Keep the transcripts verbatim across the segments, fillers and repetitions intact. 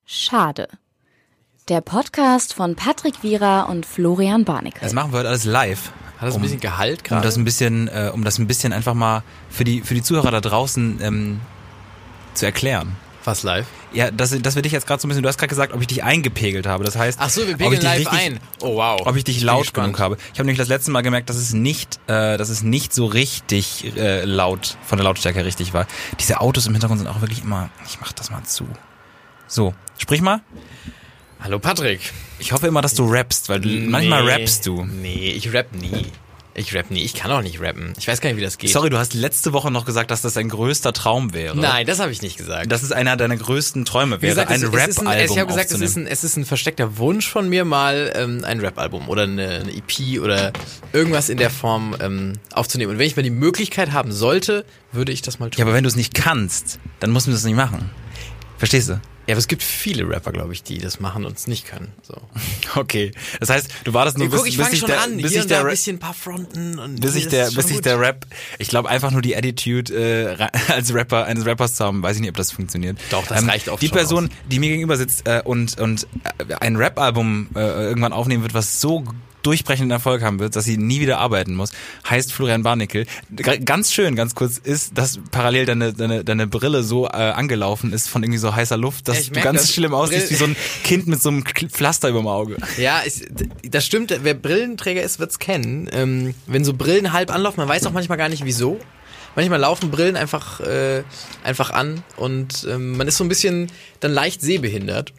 Schade. Der Podcast von Patrick Wierer und Florian Barnickel. Das machen wir heute alles live. Hat das um, ein bisschen Gehalt gerade? Um das ein bisschen, äh, um das ein bisschen einfach mal für die für die Zuhörer da draußen ähm, zu erklären. Was live? Ja, dass, dass wir dich jetzt gerade so ein bisschen, du hast gerade gesagt, ob ich dich eingepegelt habe. Das heißt, ach so, wir ob ich pegeln dich live richtig, ein. Oh wow. Ob ich dich Ich bin laut gespannt. genug habe. Ich habe nämlich das letzte Mal gemerkt, dass es nicht, äh, dass es nicht so richtig äh, laut, von der Lautstärke richtig war. Diese Autos im Hintergrund sind auch wirklich immer, ich mach das mal zu. So, sprich mal. Hallo Patrick. Ich hoffe immer, dass du rappst, weil du, Nee, manchmal rappst du. Nee, ich rapp nie. Ich rapp nie. Ich kann auch nicht rappen. Ich weiß gar nicht, wie das geht. Sorry, du hast letzte Woche noch gesagt, dass das dein größter Traum wäre. Nein, das habe ich nicht gesagt. Dass es einer deiner größten Träume Wie wäre, gesagt, ein es, es ist ein, Rap-Album Ich habe gesagt, es aufzunehmen. ist, ein, es ist ein versteckter Wunsch von mir, mal ähm, ein Rap-Album oder eine, eine E P oder irgendwas in der Form ähm, aufzunehmen. Und wenn ich mal die Möglichkeit haben sollte, würde ich das mal tun. Ja, aber wenn du es nicht kannst, dann musst du das nicht machen. Verstehst du? Ja, aber es gibt viele Rapper, glaube ich, die das machen und es nicht können. So. Okay. Das heißt, du wartest nur bis, Guck, ich bis fange ich schon der, an. bis Hier ich und da der ein Rap, bisschen ein paar Fronten. Und bis hier ich ist der, schon bis ich gut. der Rap, ich glaube einfach nur die Attitude äh, ra- als Rapper, eines Rappers zu haben, weiß ich nicht, ob das funktioniert. Doch, das reicht oft Die schon Person, aus. die mir gegenüber sitzt äh, und, und äh, ein Rap-Album äh, irgendwann aufnehmen wird, was so durchbrechenden Erfolg haben wird, dass sie nie wieder arbeiten muss, heißt Florian Barnickel. G- ganz schön, ganz kurz, ist, dass parallel deine, deine, deine Brille so äh, angelaufen ist von irgendwie so heißer Luft, dass Ja, ich du merk ganz das. schlimm aussiehst, Brill- wie so ein Kind mit so einem K- Pflaster überm Auge. Ja, ich, das stimmt. Wer Brillenträger ist, wird's kennen. Ähm, wenn so Brillen halb anlaufen, man weiß auch manchmal gar nicht wieso. Manchmal laufen Brillen einfach äh, einfach an und ähm, man ist so ein bisschen dann leicht sehbehindert.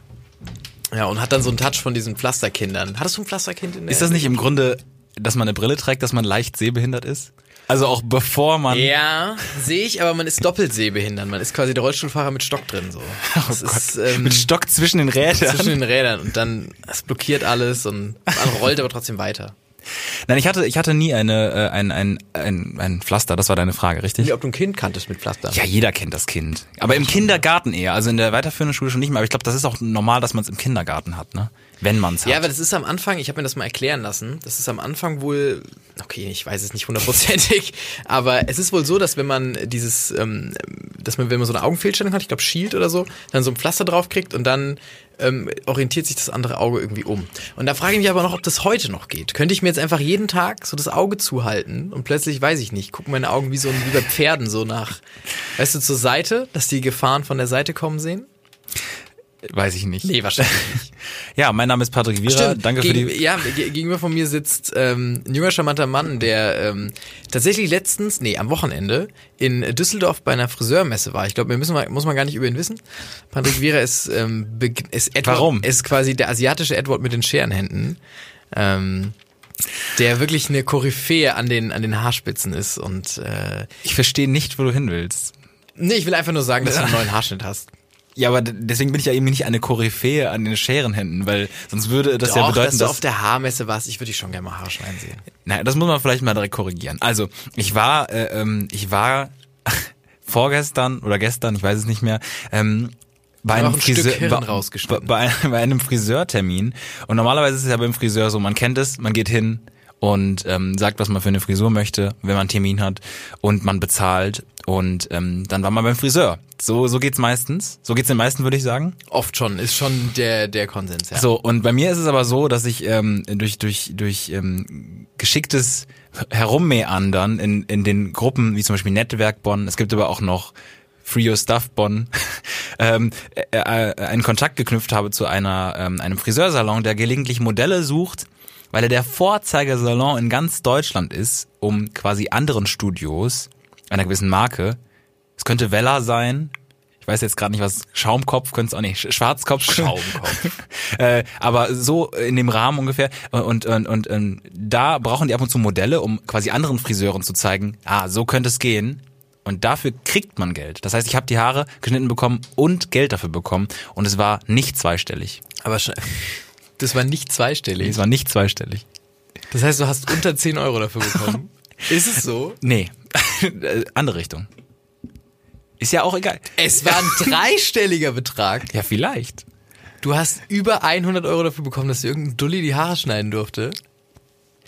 Ja, und hat dann so einen Touch von diesen Pflasterkindern. Hattest du ein Pflasterkind in der Ist das nicht im Grunde, dass man eine Brille trägt, dass man leicht sehbehindert ist? Also auch bevor man... Ja, sehe ich, aber man ist doppelt sehbehindert. Man ist quasi der Rollstuhlfahrer mit Stock drin. So. Das Oh Gott, ist, ähm, mit Stock zwischen den Rädern. zwischen den Rädern und dann es blockiert alles und man rollt aber trotzdem weiter. Nein, ich hatte, ich hatte nie eine, äh, ein, ein, ein, ein Pflaster, das war deine Frage, richtig? Wie, ob du ein Kind kanntest mit Pflaster? Ja, jeder kennt das Kind. Aber im Kindergarten eher, also in der weiterführenden Schule schon nicht mehr. Aber ich glaube, das ist auch normal, dass man es im Kindergarten hat, ne? Wenn man es hat. Ja, aber das ist am Anfang, ich habe mir das mal erklären lassen, das ist am Anfang wohl, okay, ich weiß es nicht hundertprozentig, aber es ist wohl so, dass wenn man dieses, ähm, dass man, wenn man so eine Augenfehlstellung hat, ich glaube Shield oder so, dann so ein Pflaster drauf kriegt und dann ähm, orientiert sich das andere Auge irgendwie um. Und da frage ich mich aber noch, ob das heute noch geht. Könnte ich mir jetzt einfach jeden Tag so das Auge zuhalten und plötzlich, weiß ich nicht, gucken meine Augen wie so wie bei Pferden so nach, weißt du, zur Seite, dass die Gefahren von der Seite kommen sehen? Weiß ich nicht. Nee, wahrscheinlich nicht. Ja, mein Name ist Patrick Wierer. Stimmt. Danke Gegen, für die... Ja, ge- gegenüber von mir sitzt ähm, ein junger, charmanter Mann, der ähm, tatsächlich letztens, nee, am Wochenende in Düsseldorf bei einer Friseurmesse war. Ich glaube, wir müssen mal, muss man gar nicht über ihn wissen. Patrick Wierer ist, ähm, beg- ist Edward, Warum? ist quasi der asiatische Edward mit den Scherenhänden. Ähm, der wirklich eine Koryphäe an den, an den Haarspitzen ist und äh, Ich verstehe nicht, wo du hin willst. nee, ich will einfach nur sagen, dass du einen neuen Haarschnitt hast. Ja, aber d- deswegen bin ich ja eben nicht eine Koryphäe an den Scherenhänden, weil sonst würde das ja Doch, bedeuten, dass du dass... auf der Haarmesse warst, ich würde dich schon gerne mal Haare schneiden sehen. Nein, das muss man vielleicht mal direkt korrigieren. Also, ich war, äh, ähm, ich war vorgestern oder gestern, ich weiß es nicht mehr, ähm, bei Aber einem auch ein Stück Friseur, Hirn bei, rausgeschnitten. bei, bei einem Friseurtermin. Und normalerweise ist es ja beim Friseur so, man kennt es, man geht hin und ähm, sagt, was man für eine Frisur möchte, wenn man einen Termin hat und man bezahlt und ähm, dann war man beim Friseur. So so geht's meistens. So geht's den meisten, würde ich sagen. Oft schon, ist schon der, der Konsens, ja. So, und bei mir ist es aber so, dass ich ähm, durch durch durch ähm, geschicktes Herummeandern in in den Gruppen, wie zum Beispiel Netzwerk Bonn, es gibt aber auch noch Free Your Stuff Bonn, ähm, äh, äh, einen Kontakt geknüpft habe zu einer ähm, einem Friseursalon, der gelegentlich Modelle sucht, weil er der Vorzeigesalon in ganz Deutschland ist, um quasi anderen Studios einer gewissen Marke, es könnte Wella sein, ich weiß jetzt gerade nicht was, Schaumkopf könnte es auch nicht, Sch- Schwarzkopf. Schaumkopf. äh, aber so in dem Rahmen ungefähr. Und, und, und, und da brauchen die ab und zu Modelle, um quasi anderen Friseuren zu zeigen, ah, so könnte es gehen. Und dafür kriegt man Geld. Das heißt, ich habe die Haare geschnitten bekommen und Geld dafür bekommen. Und es war nicht zweistellig. Aber schon, das war nicht zweistellig. Es war nicht zweistellig. Das heißt, du hast unter zehn Euro dafür bekommen. Ist es so? Nee, andere Richtung. Ist ja auch egal. Es war ein dreistelliger Betrag. Ja, vielleicht. Du hast über hundert Euro dafür bekommen, dass dir irgendein Dulli die Haare schneiden durfte.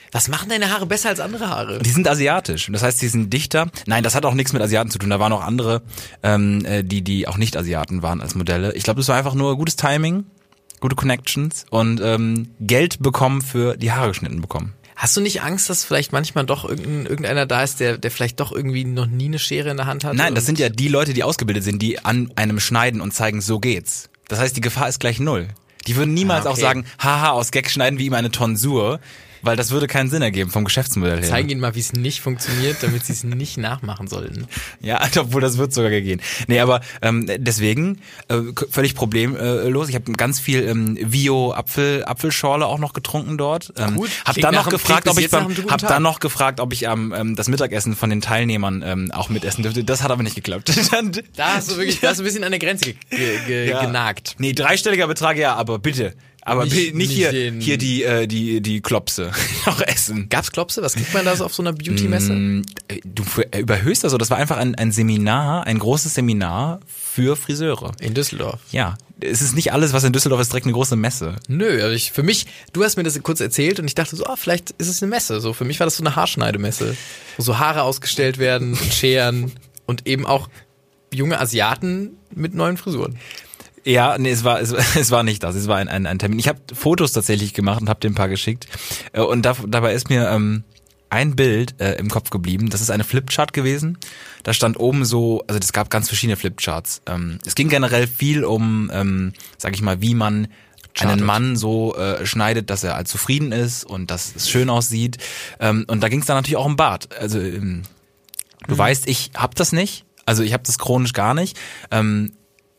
Was machen deine Haare besser als andere Haare? Die sind asiatisch. Das heißt, die sind dichter. Nein, das hat auch nichts mit Asiaten zu tun. Da waren auch andere, ähm, die die auch nicht Asiaten waren als Modelle. Ich glaube, das war einfach nur gutes Timing, gute Connections und ähm, Geld bekommen für die Haare geschnitten bekommen. Hast du nicht Angst, dass vielleicht manchmal doch irgendein, irgendeiner da ist, der, der vielleicht doch irgendwie noch nie eine Schere in der Hand hat? Nein, das sind ja die Leute, die ausgebildet sind, die an einem schneiden und zeigen, so geht's. Das heißt, die Gefahr ist gleich null. Die würden niemals ah, okay. auch sagen, haha, aus Gag schneiden wir ihm eine Tonsur, weil das würde keinen Sinn ergeben vom Geschäftsmodell her. Zeigen ihnen mal, wie es nicht funktioniert, damit sie es nicht nachmachen sollten. Ja, obwohl das wird sogar gehen. Nee, aber ähm, deswegen äh, völlig problemlos. Ich habe ganz viel ähm, Vio-Apfel, Apfelschorle auch noch getrunken dort. Ähm, Gut, hab klingt dann nach noch einem gefragt, Krieg ob bis ich jetzt nach beim, einem guten hab Tag. dann noch gefragt, ob ich am ähm, das Mittagessen von den Teilnehmern ähm, auch mitessen dürfte. Das hat aber nicht geklappt. Da hast du wirklich, da hast du ein bisschen an der Grenze ge ge Ja. genagt. Nee, dreistelliger Betrag ja, aber bitte. Aber Nicht- nicht, nicht nicht hier, den- hier die, äh, die, die Klopse noch essen. Gab's Klopse? Was kriegt man da so auf so einer Beauty-Messe? Mm, Du für- äh, überhöhst das so. Das war einfach ein, ein Seminar, ein großes Seminar für Friseure. In Düsseldorf. Ja, es ist nicht alles, was in Düsseldorf ist, direkt eine große Messe. Nö, also ich, für mich, du hast mir das kurz erzählt und ich dachte so, ah, vielleicht ist es eine Messe. So, für mich war das so eine Haarschneidemesse, wo so Haare ausgestellt werden und Scheren und eben auch junge Asiaten mit neuen Frisuren. Ja, nee, es war es, es war nicht das, es war ein, ein, ein Termin. Ich habe Fotos tatsächlich gemacht und habe dir ein paar geschickt. Äh, Und da, dabei ist mir ähm, ein Bild äh, im Kopf geblieben. Das ist eine Flipchart gewesen. Da stand oben so, also es gab ganz verschiedene Flipcharts. Ähm, es ging generell viel um, ähm, sag ich mal, wie man Chartet. einen Mann so äh, schneidet, dass er halt zufrieden ist und dass es schön aussieht. Ähm, und da ging es dann natürlich auch um Bart. Also ähm, du Mhm. weißt, ich hab das nicht. Also ich habe das chronisch gar nicht. Ähm,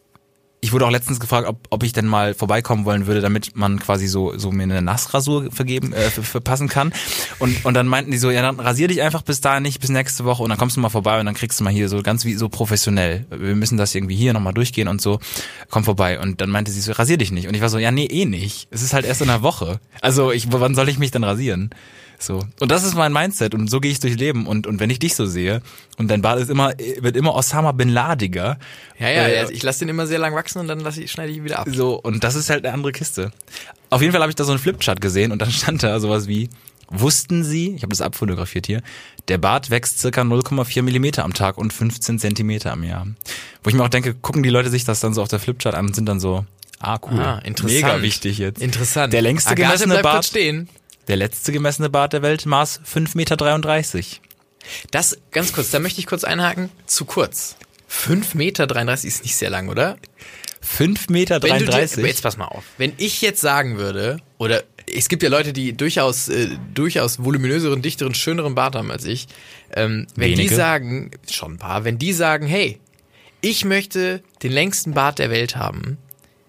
Ich wurde auch letztens gefragt, ob, ob ich denn mal vorbeikommen wollen würde, damit man quasi so so mir eine Nassrasur vergeben äh, ver- verpassen kann. Und und dann meinten die so, ja, dann rasier dich einfach bis dahin nicht, bis nächste Woche und dann kommst du mal vorbei und dann kriegst du mal hier so ganz wie so professionell. Wir müssen das irgendwie hier nochmal durchgehen und so. Komm vorbei. Und dann meinte sie so, rasier dich nicht. Und ich war so, ja, nee, eh nicht. Es ist halt erst in einer Woche. Also ich, wann soll ich mich denn rasieren? So. Und das ist mein Mindset und so gehe ich durchs Leben und und wenn ich dich so sehe und dein Bart ist immer wird immer Osama bin Ladiger. Ja, ja, Äh, ja, ich lasse den immer sehr lang wachsen und dann lasse ich, schneide ich ihn wieder ab. So, und das ist halt eine andere Kiste. Auf jeden Fall habe ich da so einen Flipchart gesehen und dann stand da sowas wie, wussten Sie, ich habe das abfotografiert hier, der Bart wächst circa null Komma vier Millimeter am Tag und fünfzehn Zentimeter am Jahr. Wo ich mir auch denke, gucken die Leute sich das dann so auf der Flipchart an und sind dann so, ah cool, Ah, interessant. mega wichtig jetzt. Interessant. Der längste Agathe gemessene bleibt Bart, kurz stehen. der letzte gemessene Bart der Welt maß fünf Meter dreiunddreißig. Das, ganz kurz, da möchte ich kurz einhaken, zu kurz. fünf Meter dreiunddreißig ist nicht sehr lang, oder? fünf Meter Wenn du dir, dreiunddreißig? aber jetzt pass mal auf. Wenn ich jetzt sagen würde, oder es gibt ja Leute, die durchaus, äh, durchaus voluminöseren, dichteren, schöneren Bart haben als ich, ähm, wenn Wenige. die sagen, schon ein paar, wenn die sagen, hey, ich möchte den längsten Bart der Welt haben,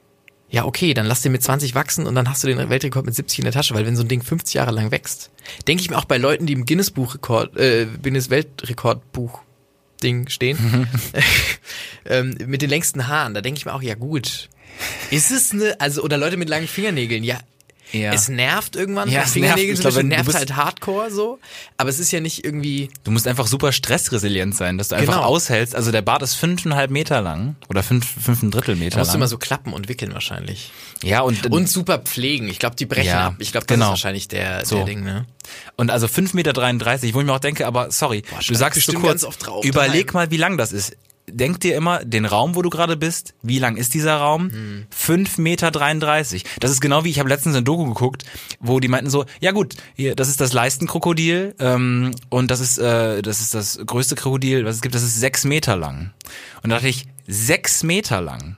ja okay, dann lass den mit zwanzig wachsen und dann hast du den Weltrekord mit siebzig in der Tasche, weil wenn so ein Ding fünfzig Jahre lang wächst, denke ich mir auch bei Leuten, die im Guinness-Buch-Rekord, äh, Guinness-Weltrekordbuch Ding stehen, ähm, mit den längsten Haaren, da denke ich mir auch, ja gut, ist es eine, also, oder Leute mit langen Fingernägeln, ja, Ja. es nervt irgendwann, Ja, bei es Fingernägeln nervt. Ich zum glaub, Beispiel, wenn du nervt bist- halt hardcore so, aber es ist ja nicht irgendwie, Du musst einfach super stressresilient sein, dass du einfach Genau. aushältst. Also der Bart ist fünfeinhalb Meter lang oder fünf, fünf ein Drittel Meter da musst du lang. immer so klappen und wickeln wahrscheinlich. ja, und, Und super pflegen, ich glaube, die brechen Ja, ab, ich glaube, das genau. ist wahrscheinlich der, So. der Ding, ne? und also fünf Meter dreiunddreißig, wo ich mir auch denke, aber sorry, du schreibt sagst so bestimmt kurz, ganz oft drauf überleg daheim. mal, wie lang das ist. Denk dir immer den Raum, wo du gerade bist, wie lang ist dieser Raum? Hm. fünf Meter dreiunddreißig. Das ist genau wie, ich habe letztens ein Doku geguckt, wo die meinten so, ja gut, hier, das ist das Leistenkrokodil ähm, und das ist äh, das ist das größte Krokodil, was es gibt, das ist sechs Meter lang. Und da dachte ich, sechs Meter lang.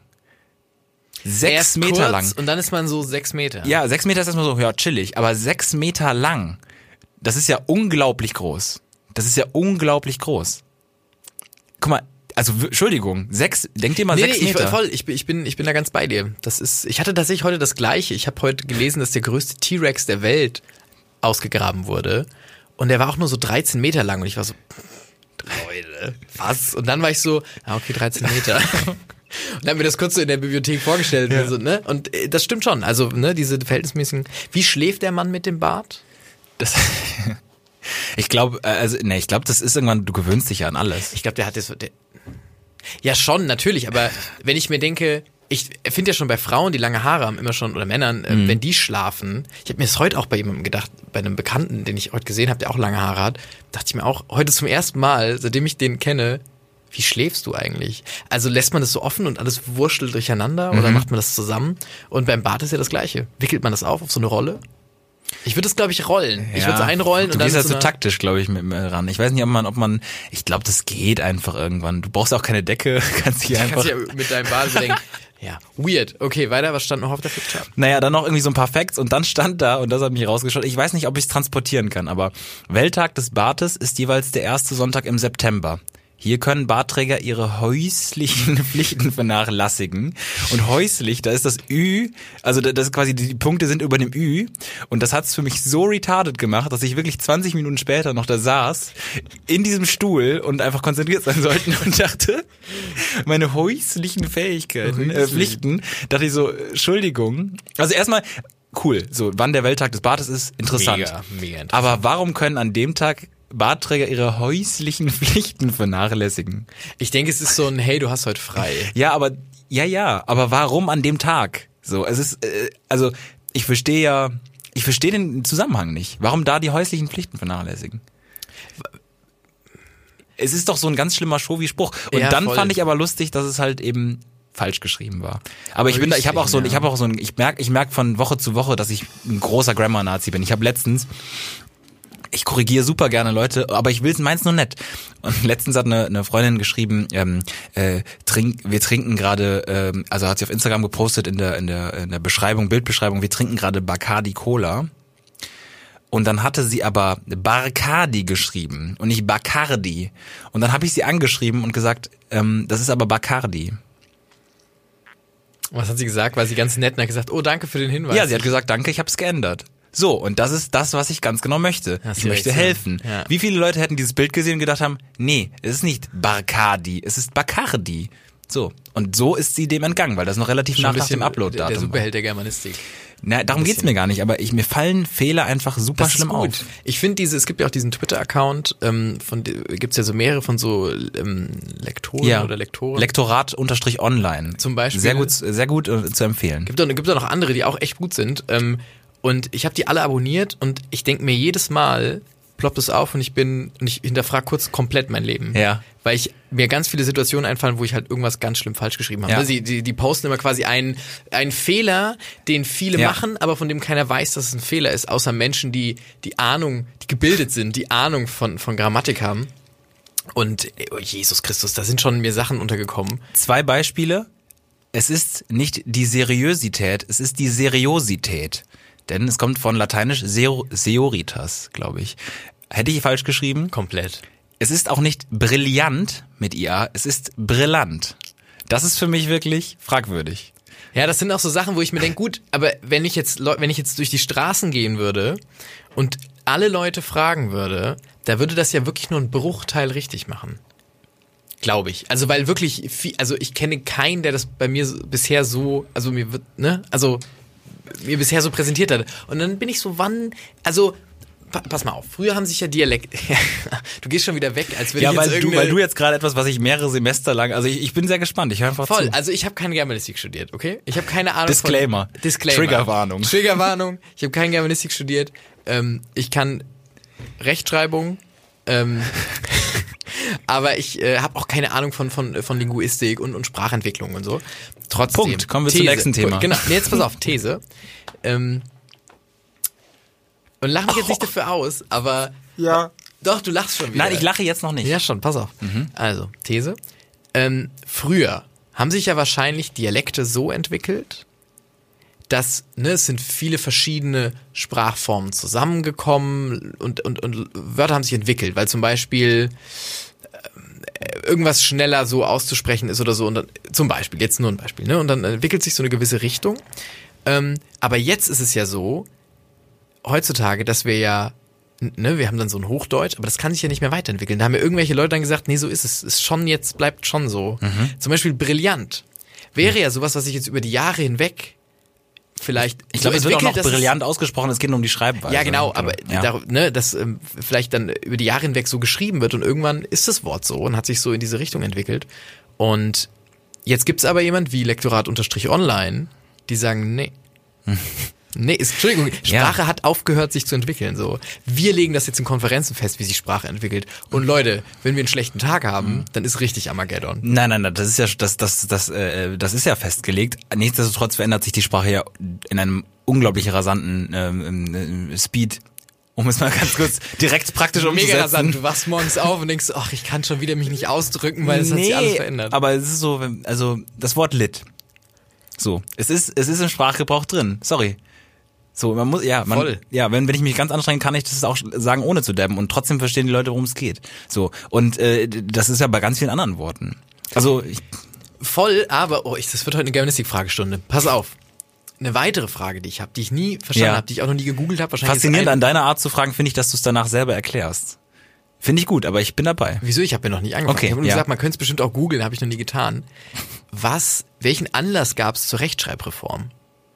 Sechs Erst Meter kurz lang. und dann ist man so sechs Meter. Ja, sechs Meter ist erstmal so, ja, chillig, aber sechs Meter lang, das ist ja unglaublich groß. Das ist ja unglaublich groß. Guck mal, also w- Entschuldigung, sechs, denk dir mal Nee, sechs nee, ich, Meter. voll, ich, bin- ich, bin, ich bin da ganz bei dir. Das ist, ich hatte tatsächlich heute das Gleiche. Ich habe heute gelesen, dass der größte T-Rex der Welt ausgegraben wurde. Und der war auch nur so dreizehn Meter lang. Und ich war so, Leute, was? Und dann war ich so, ah, okay, dreizehn Meter. Und dann hab mir das kurz so in der Bibliothek vorgestellt. Ja. Und, so, ne? Und äh, das stimmt schon. Also, ne, diese verhältnismäßigen. Wie schläft der Mann mit dem Bart? Das, ich glaube, also, ne, ich glaube, das ist irgendwann, du gewöhnst dich ja an alles. Ich glaube, der hat das. Der, ja, schon, natürlich. Aber wenn ich mir denke, Ich finde ja schon bei Frauen, die lange Haare haben, immer schon, oder Männern, äh, Mhm. wenn die schlafen, ich habe mir das heute auch bei jemandem gedacht, bei einem Bekannten, den ich heute gesehen habe, der auch lange Haare hat, dachte ich mir auch, heute zum ersten Mal, seitdem ich den kenne, wie schläfst du eigentlich? Also lässt man das so offen und alles wurschtelt durcheinander oder Mhm. macht man das zusammen? Und beim Bart ist ja das Gleiche. Wickelt man das auf, auf so eine Rolle? Ich würde das, glaube ich, rollen. Ich würde es einrollen du und dann gehst mit halt so einer- taktisch, glaube ich, mit mir ran. Ich weiß nicht, ob man, ob man, ich glaube, das geht einfach irgendwann. Du brauchst auch keine Decke, kannst dich einfach. Kannst ja mit deinem Bart bedenken. Ja, weird. Okay, weiter, was stand noch auf der Flipchart? Naja, dann noch irgendwie so ein paar Facts und dann stand da, und das hat mich rausgeschaut, ich weiß nicht, ob ich es transportieren kann, aber Welttag des Bartes ist jeweils der erste Sonntag im September. Hier können Bartträger ihre häuslichen Pflichten vernachlässigen. Und häuslich, da ist das Ü, also das ist quasi, die Punkte sind über dem Ü. Und das hat's für mich so retarded gemacht, dass ich wirklich zwanzig Minuten später noch da saß, in diesem Stuhl und einfach konzentriert sein sollte und dachte, meine häuslichen Fähigkeiten, äh, Pflichten, dachte ich so, Entschuldigung. Also erstmal, cool, so, wann der Welttag des Bartes ist, interessant. Mega, mega interessant. Aber warum können an dem Tag Bartträger ihre häuslichen Pflichten vernachlässigen? Ich denke, es ist so ein, hey, du hast heute frei. Ja, aber, ja, ja, aber warum an dem Tag? So, es ist, äh, also, ich verstehe ja, ich verstehe den Zusammenhang nicht. Warum da die häuslichen Pflichten vernachlässigen? Es ist doch so ein ganz schlimmer Showy-Spruch. Und Ja, dann voll. fand ich aber lustig, dass es halt eben falsch geschrieben war. Aber ich bin da, ich habe auch so ein, ich habe auch so ein, ich merke, ich merke von Woche zu Woche, dass ich ein großer Grammar-Nazi bin. Ich habe letztens Ich korrigiere super gerne Leute, aber ich will's meins nur nett. Und letztens hat eine, eine Freundin geschrieben, ähm, äh, trink, wir trinken gerade, ähm, also hat sie auf Instagram gepostet in der in der in der Beschreibung, Bildbeschreibung, wir trinken gerade Bacardi Cola. Und dann hatte sie aber Bacardi geschrieben und nicht Bacardi. Und dann habe ich sie angeschrieben und gesagt, ähm, das ist aber Bacardi. Was hat sie gesagt? War sie ganz nett und hat gesagt, oh, danke für den Hinweis. Ja, sie hat gesagt, danke, ich habe es geändert. So, und das ist das, was ich ganz genau möchte. Hast Ich du möchte recht, ja. helfen. Ja. Wie viele Leute hätten dieses Bild gesehen und gedacht haben, nee, es ist nicht Bacardi, es ist Bacardi. So, und so ist sie dem entgangen, weil das noch relativ Schon nach, ein nach dem bisschen Upload-Datum Der, der war. Superheld der Germanistik. Na, darum ein geht's bisschen. mir gar nicht, aber ich, mir fallen Fehler einfach super Das schlimm ist gut. auf. Ich finde diese, es gibt ja auch diesen Twitter-Account, ähm, von de- gibt's ja so mehrere von so ähm, Lektoren Ja, oder Lektoren. Lektorat unterstrich online. Zum Beispiel. Sehr gut, sehr gut äh, zu empfehlen. Gibt auch, gibt auch noch andere, die auch echt gut sind. Ähm, und ich habe die alle abonniert und ich denke mir jedes Mal, ploppt es auf und ich bin, und ich hinterfrage kurz komplett mein Leben. Ja. Weil ich mir ganz viele Situationen einfallen, wo ich halt irgendwas ganz schlimm falsch geschrieben habe. Ja. Sie, die, die posten immer quasi einen, einen Fehler, den viele Ja. machen, aber von dem keiner weiß, dass es ein Fehler ist, außer Menschen, die die Ahnung, die gebildet sind, die Ahnung von, von Grammatik haben. Und oh Jesus Christus, da sind schon mir Sachen untergekommen. Zwei Beispiele. Es ist nicht die Seriosität, es ist die Seriosität. Denn es kommt von lateinisch Seo- Seoritas, glaube ich. Hätte ich falsch geschrieben? Komplett. Es ist auch nicht brillant mit I A, es ist brillant. Das ist für mich wirklich fragwürdig. Ja, das sind auch so Sachen, wo ich mir denke, gut, aber wenn ich jetzt Leu- wenn ich jetzt durch die Straßen gehen würde und alle Leute fragen würde, da würde das ja wirklich nur einen Bruchteil richtig machen. Glaube ich. Also weil wirklich viel, also ich kenne keinen, der das bei mir so, bisher so, also mir wird, ne, also mir bisher so präsentiert hat. Und dann bin ich so, wann, also pa- pass mal auf, früher haben sich ja Dialekt, du gehst schon wieder weg, als würde Ja, ich jetzt weil du, irgendeine... weil du jetzt gerade etwas, was ich mehrere Semester lang, also ich, ich bin sehr gespannt, ich höre einfach Voll, zu. also ich habe keine Germanistik studiert, okay? Ich habe keine Ahnung Disclaimer. von... Disclaimer. Triggerwarnung. Triggerwarnung. Ich habe keine Germanistik studiert. Ähm, ich kann Rechtschreibung, ähm, aber ich äh, habe auch keine Ahnung von, von, von Linguistik und, und Sprachentwicklung und so. Trotzdem. Punkt. Kommen wir zum nächsten Thema. Genau, nee, jetzt pass auf, These. Ähm, und lach mich jetzt nicht dafür aus, aber... Ja. Doch, du lachst schon wieder. Nein, ich lache jetzt noch nicht. Ja, schon, pass auf. Also, These. Ähm, früher haben sich ja wahrscheinlich Dialekte so entwickelt, dass, ne, es sind viele verschiedene Sprachformen zusammengekommen und, und, und Wörter haben sich entwickelt, weil zum Beispiel äh, irgendwas schneller so auszusprechen ist oder so. Und dann, zum Beispiel, jetzt nur ein Beispiel, ne? Und dann entwickelt sich so eine gewisse Richtung. Ähm, aber jetzt ist es ja so, heutzutage, dass wir ja, ne, wir haben dann so ein Hochdeutsch, aber das kann sich ja nicht mehr weiterentwickeln. Da haben ja irgendwelche Leute dann gesagt, nee, so ist es. Ist schon jetzt, bleibt schon so. Mhm. Zum Beispiel brillant. Wäre ja sowas, was sich jetzt über die Jahre hinweg vielleicht Ich glaube, so es wird auch noch entwickelt, dass es- brillant ausgesprochen, es geht nur um die Schreibweise. Ja, genau, aber ja. da, ne, dass ähm, vielleicht dann über die Jahre hinweg so geschrieben wird und irgendwann ist das Wort so und hat sich so in diese Richtung entwickelt. Und Jetzt gibt's aber jemand wie Lektorat-Online, die sagen, nee. Nee, ist, Entschuldigung, Sprache Ja. hat aufgehört, sich zu entwickeln. So, wir legen das jetzt in Konferenzen fest, wie sich Sprache entwickelt. Und Leute, wenn wir einen schlechten Tag haben, dann ist richtig Armageddon. Nein, nein, nein, das ist ja das das das äh, das ist ja festgelegt. Nichtsdestotrotz verändert sich die Sprache ja in einem unglaublich rasanten ähm, äh, Speed. Um es mal ganz kurz direkt praktisch umzusetzen. Mega rasant. Du wachst morgens auf und denkst, ach, ich kann schon wieder mich nicht ausdrücken, weil es hat sich alles verändert. Aber es ist so, wenn- also das Wort lit. So, es ist es ist im Sprachgebrauch drin. Sorry. So, man muss, ja, man, Voll. ja, wenn, wenn ich mich ganz anstrengen, kann ich das auch sagen, ohne zu dabben. Und trotzdem verstehen die Leute, worum es geht. So. Und, äh, das ist ja bei ganz vielen anderen Worten. Also, ich, Voll, aber, oh, ich, das wird heute eine Germanistik-Fragestunde. Pass auf. Eine weitere Frage, die ich habe, die ich nie verstanden Ja. habe, die ich auch noch nie gegoogelt habe. Wahrscheinlich ist faszinierend ein- an deiner Art zu fragen, finde ich, dass du es danach selber erklärst. Finde ich gut, aber ich bin dabei. Wieso? Ich habe mir noch nicht angefangen. Okay, ich habe nur ja. gesagt, man könnte es bestimmt auch googeln, habe ich noch nie getan. Was, welchen Anlass gab es zur Rechtschreibreform?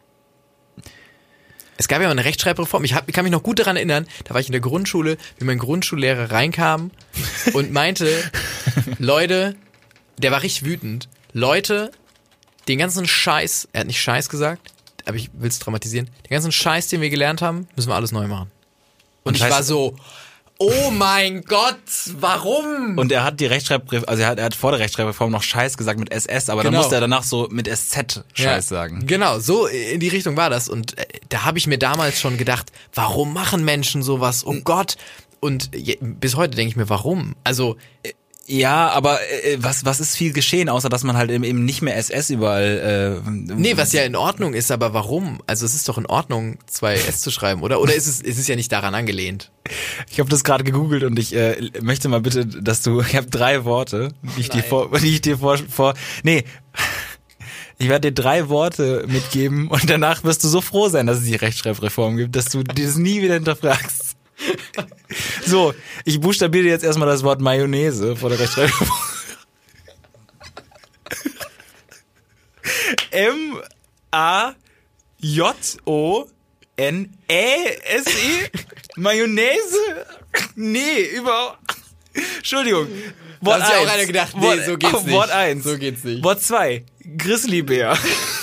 Es gab ja mal eine Rechtschreibreform. Ich, hab, ich kann mich noch gut daran erinnern, da war ich in der Grundschule, wie mein Grundschullehrer reinkam und meinte, Leute, der war richtig wütend. Leute, den ganzen Scheiß, er hat nicht Scheiß gesagt, aber ich will es dramatisieren, den ganzen Scheiß, den wir gelernt haben, müssen wir alles neu machen. Und, Und ich Scheiß- war so, oh mein Gott, warum? Und er hat die Rechtschreibreform, also er hat, er hat vor der Rechtschreibreform noch Scheiß gesagt mit S S, aber dann Genau. musste er danach so mit S Z Scheiß Ja, sagen. Genau, so in die Richtung war das. Und äh, da habe ich mir damals schon gedacht, warum machen Menschen sowas? Oh Gott. Und je, bis heute denke ich mir, warum? Also, Ja, aber äh, was was ist viel geschehen, außer dass man halt eben eben nicht mehr S S überall. Äh, nee, was ja in Ordnung ist, aber warum? Also es ist doch in Ordnung, zwei S zu schreiben, oder? Oder ist es, ist es ja nicht daran angelehnt? Ich habe das gerade gegoogelt und ich äh, möchte mal bitte, dass du, ich habe drei Worte, die ich dir Nein. vor, die ich dir vor, vor, nee, ich werde dir drei Worte mitgeben und danach wirst du so froh sein, dass es die Rechtschreibreform gibt, dass du das nie wieder hinterfragst. So, ich buchstabiere dir jetzt erstmal das Wort Mayonnaise vor der Rechtschreibreform. M A J O N E S E Mayonnaise? Nee, überhaupt. Entschuldigung. Wort Da hat sich auch eins. einer gedacht, nee, Wort, so geht's nicht. Wort eins. So geht's nicht. Wort zwei. Grizzlybär.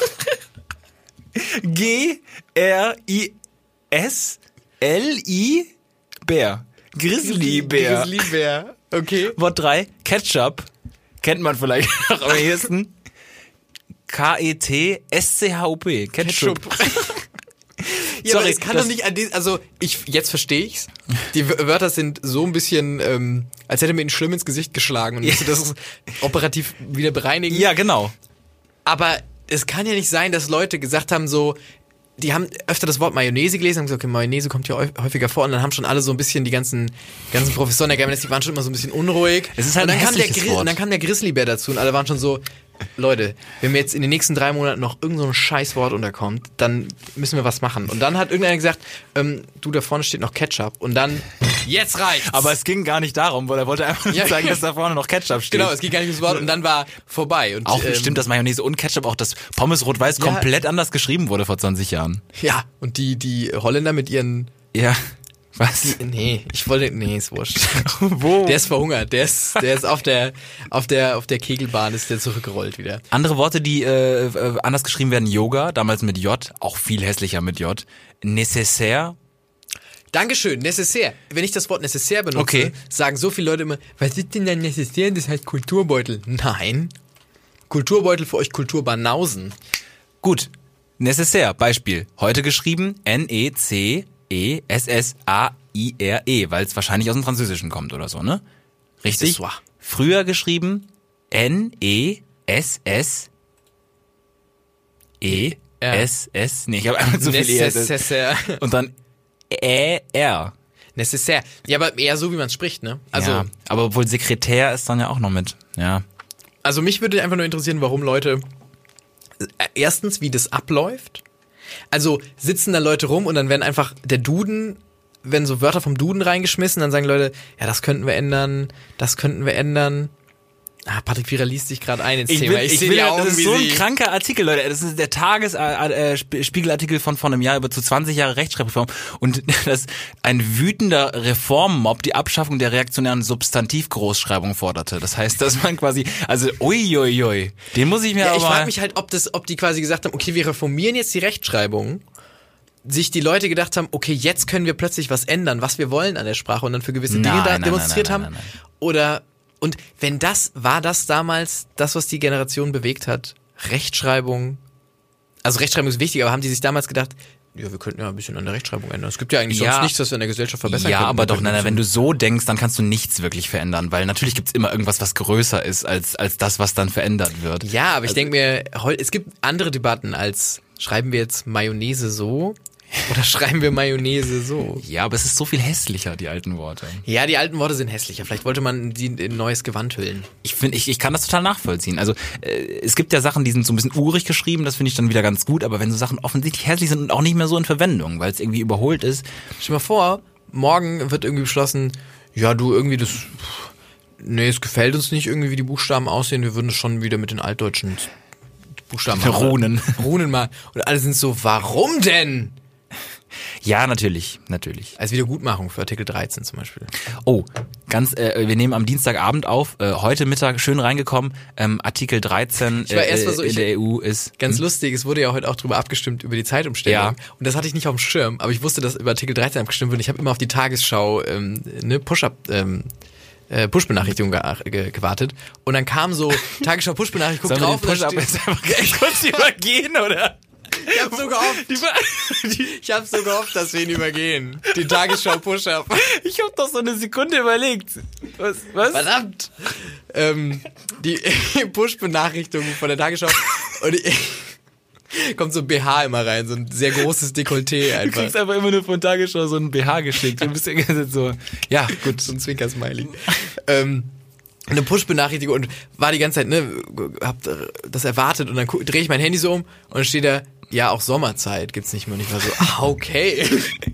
G R I S L I Bär. Grizzlybär. Grizzlybär. Okay. Wort drei. Ketchup. Kennt man vielleicht noch am ehesten. K E T S C H U P. Ketchup. Ja, Sorry, aber es kann das- doch nicht an die, also ich, jetzt verstehe ich's. Die W- Wörter sind so ein bisschen, ähm, als hätte mir ihn schlimm ins Gesicht geschlagen und müsste das operativ wieder bereinigen. Ja, genau. Aber es kann ja nicht sein, dass Leute gesagt haben so, die haben öfter das Wort Mayonnaise gelesen und gesagt, okay, Mayonnaise kommt ja häu- häufiger vor und dann haben schon alle so ein bisschen, die ganzen ganzen Professoren der Germanistik waren schon immer so ein bisschen unruhig. Es ist halt und dann ein kam der hässliches Gri- Wort. Und dann kam der Grizzlybär dazu und alle waren schon so, Leute, wenn mir jetzt in den nächsten drei Monaten noch irgend so ein Scheißwort unterkommt, dann müssen wir was machen. Und dann hat irgendeiner gesagt, ähm, du, da vorne steht noch Ketchup. Und dann, jetzt reicht's. Aber es ging gar nicht darum, weil er wollte einfach nur Ja. sagen, dass da vorne noch Ketchup steht. genau, es ging gar nicht ums Wort und dann war vorbei. Und, Auch ähm, stimmt, dass Mayonnaise und Ketchup, auch das Pommes Rot-Weiß Ja. komplett anders geschrieben wurde vor zwanzig Jahren. Ja, und die, die Holländer mit ihren, Ja. Was? nee, ich wollte, nee, ist wurscht. Wo? Der ist verhungert, der ist, der ist auf der, auf der, auf der Kegelbahn ist der zurückgerollt wieder. Andere Worte, die äh, äh, anders geschrieben werden, Yoga, damals mit J, auch viel hässlicher mit J. Nécessaire. Dankeschön, necessaire. Wenn ich das Wort necessaire benutze, Okay. sagen so viele Leute immer, was ist denn ein necessaire? Das heißt Kulturbeutel. Nein. Kulturbeutel für euch Kulturbanausen. Gut. Nécessaire, Beispiel. Heute geschrieben N E C E S S A I R E, weil es wahrscheinlich aus dem Französischen kommt oder so, ne? Richtig? Accessoire. Früher geschrieben N E S S E S S. Nee, ich habe einfach zu viel E S S. Necessaire. Und dann E R. Necessaire. Ja, aber eher so, wie man es spricht, ne? Also, ja, aber obwohl Sekretär ist dann ja auch noch mit. Ja. also mich würde einfach nur interessieren, warum Leute, äh, erstens, wie das abläuft. Also sitzen da Leute rum und dann werden einfach der Duden, werden so Wörter vom Duden reingeschmissen, dann sagen Leute, ja, das könnten wir ändern, das könnten wir ändern. Ah, Patrick Vierer liest sich gerade ein ins Ich Thema. will, ich seh will, die das Augen, ist wie so ein sie- kranker Artikel, Leute. Das ist der Tagesspiegelartikel von vor einem Jahr über zu zwanzig Jahre Rechtschreibreform. Und das ein wütender Reformmob die Abschaffung der reaktionären Substantivgroßschreibung forderte. Das heißt, dass man quasi, also uiuiui, ui, ui, den muss ich mir Ja, aber ich mal... frage mich halt, ob das, ob die quasi gesagt haben, okay, wir reformieren jetzt die Rechtschreibung, sich die Leute gedacht haben, okay, jetzt können wir plötzlich was ändern, was wir wollen an der Sprache und dann für gewisse Nein, Dinge da nein, demonstriert nein, nein, haben. nein, nein. Oder, und wenn das, war das damals das, was die Generation bewegt hat? Rechtschreibung? Also Rechtschreibung ist wichtig, aber haben die sich damals gedacht, ja, wir könnten ja ein bisschen an der Rechtschreibung ändern. Es gibt ja eigentlich Ja. sonst nichts, was wir in der Gesellschaft verbessern Ja, können. aber doch, nein, nein, wenn du so denkst, dann kannst du nichts wirklich verändern, weil natürlich gibt's immer irgendwas, was größer ist als als das, was dann verändert wird. Ja, aber ich denke mir, heu- es gibt andere Debatten als, schreiben wir jetzt Mayonnaise so oder schreiben wir Mayonnaise so? Ja, aber es ist so viel hässlicher, die alten Worte. Ja, die alten Worte sind hässlicher. Vielleicht wollte man die in ein neues Gewand hüllen. Ich finde, ich, ich kann das total nachvollziehen. Also äh, es gibt ja Sachen, die sind so ein bisschen urig geschrieben, das finde ich dann wieder ganz gut, aber wenn so Sachen offensichtlich hässlich sind und auch nicht mehr so in Verwendung, weil es irgendwie überholt ist. Stell dir mal vor, morgen wird irgendwie beschlossen, ja, du irgendwie das, nee, es gefällt uns nicht irgendwie, wie die Buchstaben aussehen, wir würden es schon wieder mit den altdeutschen Buchstaben machen. Runen. Runen mal. Und alle sind so, warum denn? Ja, natürlich, natürlich. Als Wiedergutmachung für Artikel dreizehn zum Beispiel. Oh, ganz, äh, wir nehmen am Dienstagabend auf, äh, heute Mittag schön reingekommen, ähm, Artikel dreizehn Ich war erst mal äh, so, in ich- der E U ist... Ganz lustig, es wurde ja heute auch drüber abgestimmt, über die Zeitumstellung. Ja. Und das hatte ich nicht auf dem Schirm, aber ich wusste, dass über Artikel dreizehn abgestimmt wird. Und ich habe immer auf die Tagesschau, ähm, ne, Push-Up, ähm, äh, Push-Benachrichtigung ge ge gewartet. Und dann kam so Tagesschau Push-Benachrichtigung, guck Sollen wir drauf den und dann Push-Up steht- jetzt einfach kurz übergehen, oder? Ich hab so gehofft, ich hab so gehofft, dass wir ihn übergehen. Die Tagesschau Push-Up. Ich hab doch so eine Sekunde überlegt. Was? Was? Verdammt! Ähm, die Push-Benachrichtigung von der Tagesschau. Und die, kommt so ein B H immer rein, so ein sehr großes Dekolleté Du einfach. kriegst einfach immer nur von Tagesschau so einen B H geschickt. Du bist ja ganz so, ja, gut. So ein Zwinker-Smiley. ähm, eine Push-Benachrichtigung und war die ganze Zeit, ne, hab das erwartet und dann drehe ich mein Handy so um und dann steht da, ja, auch Sommerzeit gibt's nicht mehr. Und ich war so, ah, okay.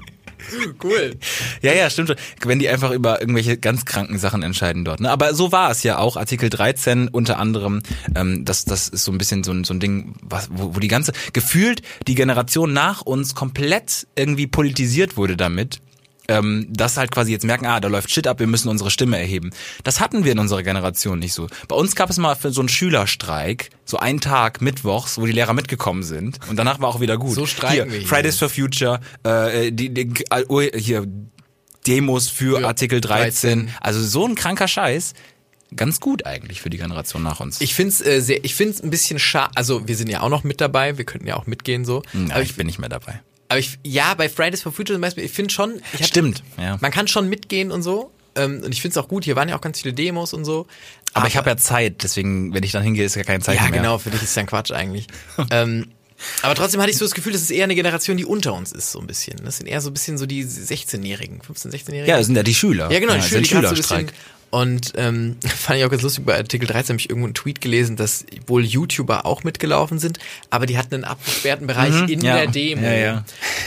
Cool. Ja, ja, stimmt schon. Wenn die einfach über irgendwelche ganz kranken Sachen entscheiden dort. Ne? Aber so war es ja auch. Artikel dreizehn unter anderem, ähm, das, das ist so ein bisschen so ein, so ein Ding, was, wo, wo die ganze, gefühlt die Generation nach uns komplett irgendwie politisiert wurde damit. Ähm, dass halt quasi jetzt merken, ah, da läuft Shit ab, wir müssen unsere Stimme erheben. Das hatten wir in unserer Generation nicht so. Bei uns gab es mal für so einen Schülerstreik, so einen Tag mittwochs, wo die Lehrer mitgekommen sind und danach war auch wieder gut. So streiken hier, wir hier. Fridays for Future, äh, die, die uh, hier Demos für Für Artikel dreizehn. dreizehn. Also so ein kranker Scheiß. Ganz gut eigentlich für die Generation nach uns. Ich find's äh, sehr, ich find's ein bisschen schade, also wir sind ja auch noch mit dabei, wir könnten ja auch mitgehen so. Na, aber ich ich, bin nicht mehr dabei. aber ich, ja, bei Fridays for Future zum Beispiel, ich finde schon, ich hab, Stimmt, ja. man kann schon mitgehen und so. Ähm, und ich find's auch gut, hier waren ja auch ganz viele Demos und so. Aber, ich habe ja Zeit, deswegen, wenn ich dann hingehe, ist ja keine Zeit Ja, mehr. genau, für dich ist dann Quatsch eigentlich. ähm, aber trotzdem hatte ich so das Gefühl, das ist eher eine Generation, die unter uns ist, so ein bisschen. Das sind eher so ein bisschen so die sechzehnjährigen, fünfzehn-, sechzehnjährigen. Ja, das sind ja die Schüler. Ja, genau, die das Schüler, ist die ein gerade so ein Schülerstreik. bisschen. Und ähm, fand ich auch ganz lustig, bei Artikel dreizehn habe ich irgendwo einen Tweet gelesen, dass wohl YouTuber auch mitgelaufen sind, aber die hatten einen abgesperrten Bereich Mhm, in ja. der Demo. Ja, ja.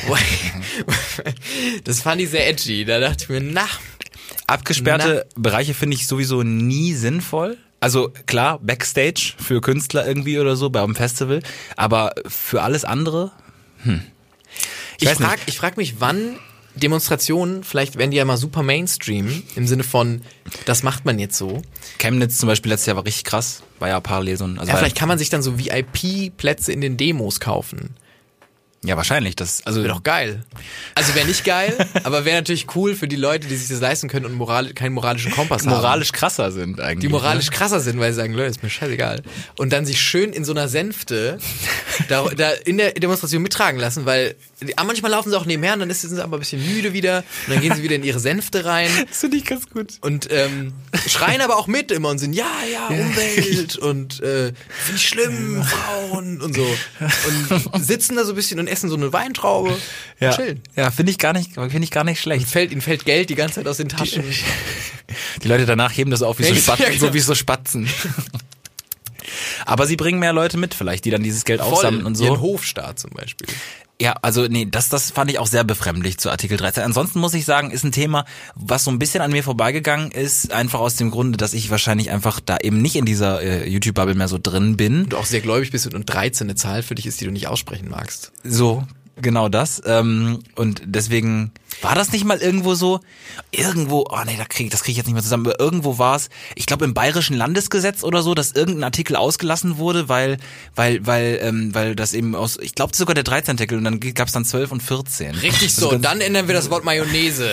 Das fand ich sehr edgy. Da dachte ich mir, na, Abgesperrte Bereiche finde ich sowieso nie sinnvoll. Also klar, Backstage für Künstler irgendwie oder so beim Festival, aber für alles andere, hm. Ich, ich weiß frag, nicht. ich frag mich, wann Demonstrationen, vielleicht werden die ja mal super Mainstream, im Sinne von, das macht man jetzt so. Chemnitz zum Beispiel letztes Jahr war richtig krass, war ja parallel so ein, also Ja, war- vielleicht kann man sich dann so V I P-Plätze in den Demos kaufen. ja wahrscheinlich, das, also Wäre doch geil. Also wäre nicht geil, aber wäre natürlich cool für die Leute, die sich das leisten können und moral, keinen moralischen Kompass haben. moralisch krasser sind eigentlich. Die moralisch ne? krasser sind, weil sie sagen, Leute, ist mir scheißegal. Und dann sich schön in so einer Sänfte da, da in der Demonstration mittragen lassen, weil die, ah, manchmal laufen sie auch nebenher und dann ist, sind sie aber ein bisschen müde wieder und dann gehen sie wieder in ihre Sänfte rein Das finde ich ganz gut. und ähm, schreien aber auch mit immer und sind, ja, ja, Umwelt und äh, finde ich schlimm, Frauen und so. Und sitzen da so ein bisschen und essen so eine Weintraube Ja, und chillen. ja finde ich gar nicht, finde ich gar nicht schlecht. Fällt, ihnen fällt Geld die ganze Zeit aus den Taschen. Die Leute danach heben das auf wie so Ja, Spatzen, genau. so wie so Spatzen. Aber sie bringen mehr Leute mit vielleicht, die dann dieses Geld aufsammeln und so. Ihren Hofstaat zum Beispiel. Ja, also nee, das das fand ich auch sehr befremdlich zu Artikel dreizehn. Ansonsten muss ich sagen, ist ein Thema, was so ein bisschen an mir vorbeigegangen ist, einfach aus dem Grunde, dass ich wahrscheinlich einfach da eben nicht in dieser äh, YouTube-Bubble mehr so drin bin. Du auch sehr gläubig bist und dreizehn eine Zahl für dich ist, die du nicht aussprechen magst. So, genau das. Ähm, und deswegen war das nicht mal irgendwo so, irgendwo, oh nee, da krieg, das kriege ich jetzt nicht mehr zusammen, aber irgendwo war es, ich glaube im bayerischen Landesgesetz oder so, dass irgendein Artikel ausgelassen wurde, weil weil weil ähm, weil das eben aus, ich glaube sogar der dreizehnte Artikel und dann gab es dann zwölf und vierzehn. Richtig so, und dann ändern wir das Wort Mayonnaise.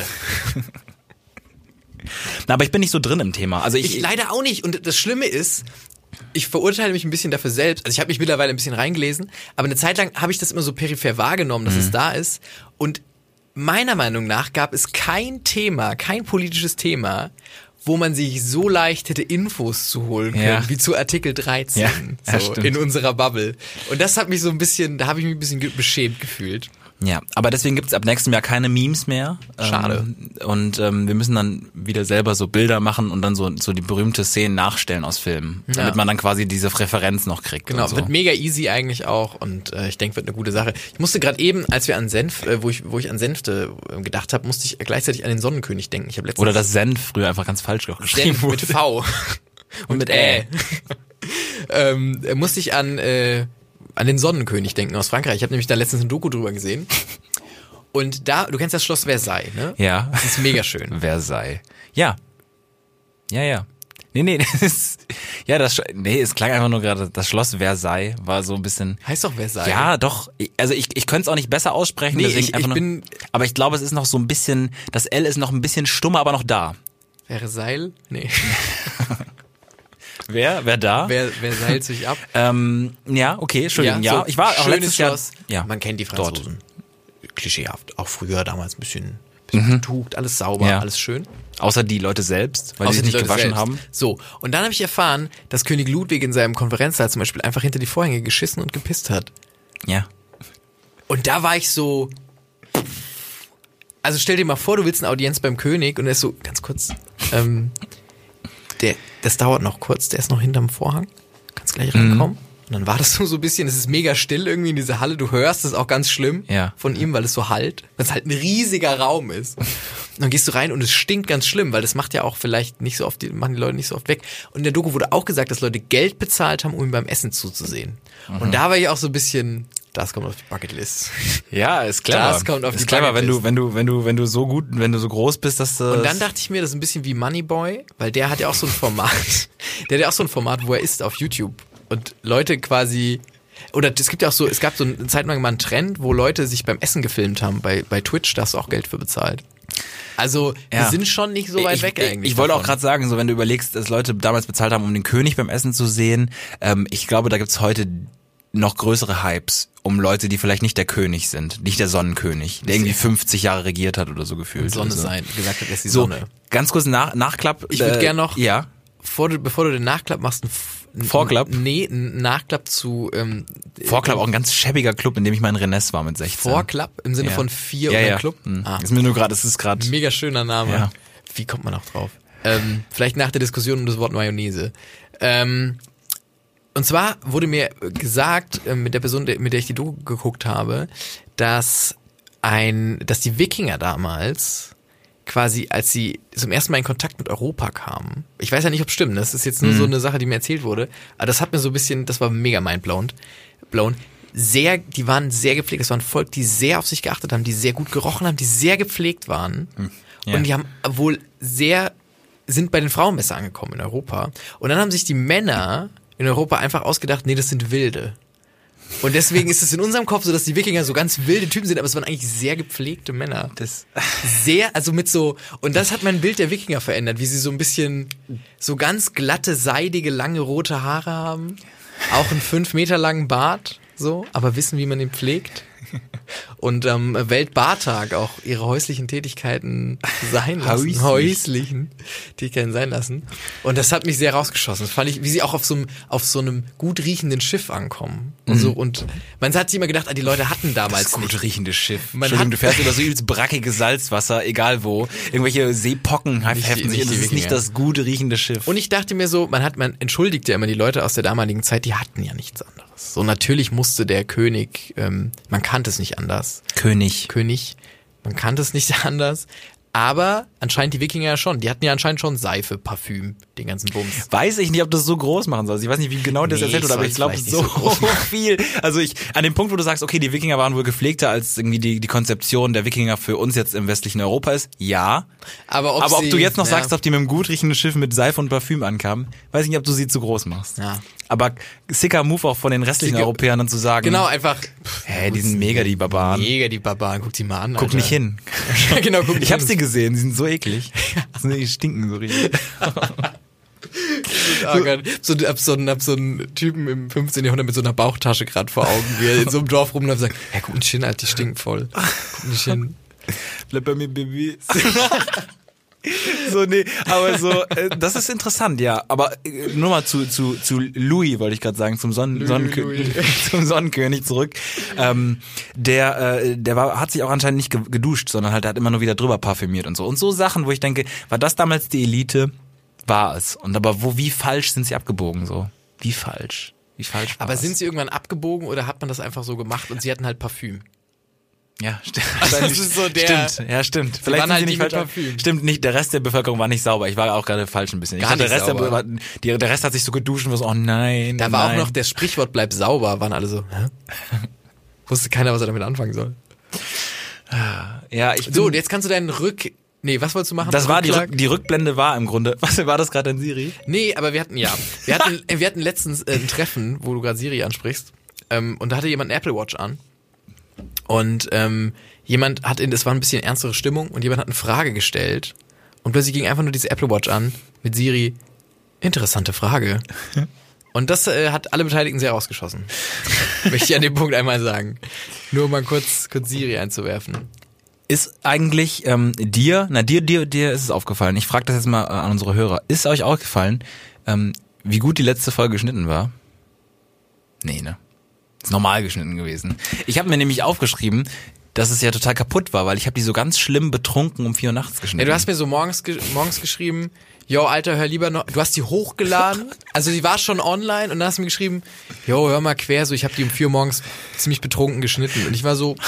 Na, aber ich bin nicht so drin im Thema. Also ich, Ich leider auch nicht. Und das Schlimme ist, ich verurteile mich ein bisschen dafür selbst. Also ich habe mich mittlerweile ein bisschen reingelesen, aber eine Zeit lang habe ich das immer so peripher wahrgenommen, dass mhm. es da ist. Und meiner Meinung nach gab es kein Thema, kein politisches Thema, wo man sich so leicht hätte Infos zu holen können, ja. wie zu Artikel dreizehn, ja, so ja, in unserer Bubble. Und das hat mich so ein bisschen, da habe ich mich ein bisschen ge- beschämt gefühlt. Ja, aber deswegen gibt's ab nächstem Jahr keine Memes mehr. Schade. Ähm, und ähm, wir müssen dann wieder selber so Bilder machen und dann so so die berühmte Szenen nachstellen aus Filmen, ja. damit man dann quasi diese Referenz noch kriegt. Genau, und so. Wird mega easy eigentlich auch und äh, ich denke, wird eine gute Sache. Ich musste gerade eben, als wir an Senf, äh, wo ich wo ich an Senfte äh, gedacht habe, musste ich gleichzeitig an den Sonnenkönig denken. Ich habe letztens Oder das Senf früher einfach ganz falsch geschrieben Senf wurde. mit V und mit Ä. ähm, musste ich an äh, an den Sonnenkönig denken aus Frankreich. Ich habe nämlich da letztens ein Doku drüber gesehen. Und da, du kennst das Schloss Versailles, ne? Ja. Das ist mega schön. Versailles. Ja. Ja, ja. Nee, nee, das ist, ja, das, nee, es klang einfach nur gerade, das Schloss Versailles war so ein bisschen. Heißt doch Versailles. Ja, doch. Also ich, ich könnte es auch nicht besser aussprechen, Nee, deswegen ich- einfach ich nur, bin- aber ich glaube, es ist noch so ein bisschen, das L ist noch ein bisschen stummer, aber noch da. Versailles? Nee. Wer, wer da? Wer, wer seilt sich ab? Ähm, ja, okay, Entschuldigung, ja. so Ich war auch schönes letztes Jahr, Schloss. ja, Man kennt die dort. Franzosen. Klischeehaft. Auch früher damals ein bisschen, bisschen betucht, alles sauber, Ja. alles schön. Außer die Leute selbst, weil Außer sie sich nicht Leute gewaschen selbst. haben. So, und dann habe ich erfahren, dass König Ludwig in seinem Konferenzsaal zum Beispiel einfach hinter die Vorhänge geschissen und gepisst hat. Ja. Und da war ich so, also stell dir mal vor, du willst eine Audienz beim König und er ist so, ganz kurz, ähm, der, das dauert noch kurz, der ist noch hinterm Vorhang, kannst gleich reinkommen. Mhm. Und dann war das so ein bisschen, es ist mega still irgendwie in dieser Halle, du hörst es auch ganz schlimm Ja. von ihm, weil es so hallt, weil es halt ein riesiger Raum ist. Und dann gehst du rein und es stinkt ganz schlimm, weil das macht ja auch vielleicht nicht so oft, die machen die Leute nicht so oft weg. Und in der Doku wurde auch gesagt, dass Leute Geld bezahlt haben, um ihm beim Essen zuzusehen. Mhm. Und da war ich auch so ein bisschen, das kommt auf die Bucketlist. Ja, ist clever. Das kommt auf ist die clever, wenn du, Bucketlist. wenn du, wenn du, wenn du so gut, wenn du so groß bist, dass du. Und dann dachte ich mir, das ist ein bisschen wie Moneyboy, weil der hat ja auch so ein Format, der hat ja auch so ein Format, wo er isst auf YouTube und Leute quasi, oder es gibt ja auch so, es gab so eine Zeit lang mal einen Trend, wo Leute sich beim Essen gefilmt haben, bei, bei Twitch, da hast du auch Geld für bezahlt. Also, wir Ja. sind schon nicht so weit ich, weg ich, eigentlich. Ich wollte auch davon. gerade sagen, so wenn du überlegst, dass Leute damals bezahlt haben, um den König beim Essen zu sehen, ähm, ich glaube, da gibt's heute noch größere Hypes um Leute, die vielleicht nicht der König sind, nicht der Sonnenkönig, der irgendwie fünfzig Jahre regiert hat oder so gefühlt. Sonne also. sein, gesagt hat, er ist die So, Sonne. ganz kurz nach, Nachklapp. Ich würde äh, gern noch- Ja. Bevor du, bevor du den Nachklapp machst, ein, F- ein Vorklapp? Nee, ein Nachklapp zu, ähm, Vorklapp, auch ein ganz schäbiger Club, in dem ich mal in Rennes war mit sechzehn. Vorklapp im Sinne Ja. von vier ja, oder ja. Club? Hm. Ah. Ist mir nur gerade, es ist gerade. Mega schöner Name. Ja. Wie kommt man auch drauf? Ähm, vielleicht nach der Diskussion um das Wort Mayonnaise. Ähm, und zwar wurde mir gesagt, äh, mit der Person, der, mit der ich die Doku geguckt habe, dass ein, dass die Wikinger damals quasi, als sie zum ersten Mal in Kontakt mit Europa kamen, ich weiß ja nicht, ob es stimmt, das ist jetzt nur Mhm. so eine Sache, die mir erzählt wurde, aber das hat mir so ein bisschen, das war mega mindblown, blown. Sehr, die waren sehr gepflegt, das war ein Volk, die sehr auf sich geachtet haben, die sehr gut gerochen haben, die sehr gepflegt waren. Ja. Und die haben wohl sehr, sind bei den Frauenmesser angekommen in Europa. Und dann haben sich die Männer in Europa einfach ausgedacht, nee, das sind Wilde. Und deswegen ist es in unserem Kopf so, dass die Wikinger so ganz wilde Typen sind, aber es waren eigentlich sehr gepflegte Männer. Das, Sehr, also mit so, und das hat mein Bild der Wikinger verändert, wie sie so ein bisschen, so ganz glatte, seidige, lange, rote Haare haben. Auch einen fünf Meter langen Bart, so, aber wissen, wie man ihn pflegt. Und am ähm, Weltbartag auch ihre häuslichen Tätigkeiten sein lassen. Häuslich. Häuslichen Tätigkeiten sein lassen. Und das hat mich sehr rausgeschossen. Das fand ich, wie sie auch auf so einem, auf so einem gut riechenden Schiff ankommen. Und so, und man hat sich immer gedacht, ah, die Leute hatten damals das gut nicht. riechende Schiff. Man Entschuldigung, hat- du fährst über so übelst brackiges Salzwasser, egal wo. Irgendwelche Seepocken heften sich. nicht Und die das ist nicht Wikinger. das gut riechende Schiff. Und ich dachte mir so, man hat, man entschuldigt ja immer die Leute aus der damaligen Zeit, die hatten ja nichts anderes. So natürlich mussten musste der König, ähm, man kannte es nicht anders. König. König, man kannte es nicht anders. Aber anscheinend die Wikinger ja schon. Die hatten ja anscheinend schon Seife, Parfüm, den ganzen Bums. Weiß ich nicht, ob das so groß machen soll. Ich weiß nicht, wie genau das Nee, erzählt wird, aber ich glaube soll's so, vielleicht nicht so viel. Also ich, an dem Punkt, wo du sagst, okay, die Wikinger waren wohl gepflegter, als irgendwie die, die Konzeption der Wikinger für uns jetzt im westlichen Europa ist, ja. Aber ob, aber ob sie, du jetzt noch ja. sagst, ob die mit einem gut riechenden Schiff mit Seife und Parfüm ankamen, weiß ich nicht, ob du sie zu groß machst. Ja. Aber sicker Move auch von den restlichen Sicker- Europäern dann zu sagen, Genau, einfach. hä, die sind mega die Barbaren. Mega die Barbaren, guck die mal an. Guck Alter. nicht hin. Genau, guck Ich hab sie gesehen, die sind so eklig. Die stinken so richtig. Oh Gott. So, hab, so einen, hab so einen Typen im fünfzehnten Jahrhundert mit so einer Bauchtasche gerade vor Augen, wie er in so einem Dorf rumläuft und sagt, ja, guck nicht hin, Alter, die stinken voll. Guck nicht hin. Bleib bei mir, Baby. So, nee, aber so, äh, das ist interessant, ja. Aber äh, nur mal zu, zu, zu Louis, wollte ich gerade sagen, zum, Sonnen, Louis, Sonnenkö Louis. zum Sonnenkönig zurück. Ähm, der äh, der war, hat sich auch anscheinend nicht ge- geduscht, sondern halt, der hat immer nur wieder drüber parfümiert und so. Und so Sachen, wo ich denke, war das damals die Elite? War es. Und aber wo, wie falsch sind sie abgebogen so? Wie falsch? Wie falsch war Aber es? sind sie irgendwann abgebogen oder hat man das einfach so gemacht und sie hatten halt Parfüm? Ja, stimmt. Das ist so der- Stimmt, ja, stimmt. Vielleicht waren sind halt sie die nicht mit falsch. Parfüm. Stimmt nicht, der Rest der Bevölkerung war nicht sauber. Ich war auch gerade falsch ein bisschen. Ich Gar dachte, nicht der Rest sauber. der, war, die, der Rest hat sich so geduscht und war so, oh nein. Da war nein. auch noch das Sprichwort bleib sauber, waren alle so, hä? Wusste keiner, was er damit anfangen soll. Ja, ich bin, So, und jetzt kannst du deinen Rück... Nee, was wolltest du machen? das war die, Rückschlag? Rück, die Rückblende war im Grunde. Was war das gerade an Siri? Nee, aber wir hatten, ja. Wir hatten, wir hatten letztens äh, ein Treffen, wo du gerade Siri ansprichst. Ähm, und da hatte jemand eine Apple Watch an. Und ähm, jemand hat in, das war ein bisschen ernstere Stimmung und jemand hat eine Frage gestellt. Und plötzlich ging einfach nur diese Apple Watch an mit Siri. Interessante Frage. Und das äh, hat alle Beteiligten sehr rausgeschossen. Möchte ich an dem Punkt einmal sagen. Nur um mal kurz, kurz Siri einzuwerfen. Ist eigentlich ähm, dir, na dir, dir, dir ist es aufgefallen. Ich frage das jetzt mal äh, an unsere Hörer. Ist euch aufgefallen, ähm, wie gut die letzte Folge geschnitten war? Nee, ne? Ist normal geschnitten gewesen. Ich habe mir nämlich aufgeschrieben, dass es ja total kaputt war, weil ich habe die so ganz schlimm betrunken um vier Uhr nachts geschnitten. Ja, du hast mir so morgens, ge morgens geschrieben, yo, Alter, hör lieber noch, du hast die hochgeladen, also die war schon online und dann hast du mir geschrieben, yo, hör mal quer, so ich habe die um vier Uhr morgens ziemlich betrunken geschnitten und ich war so,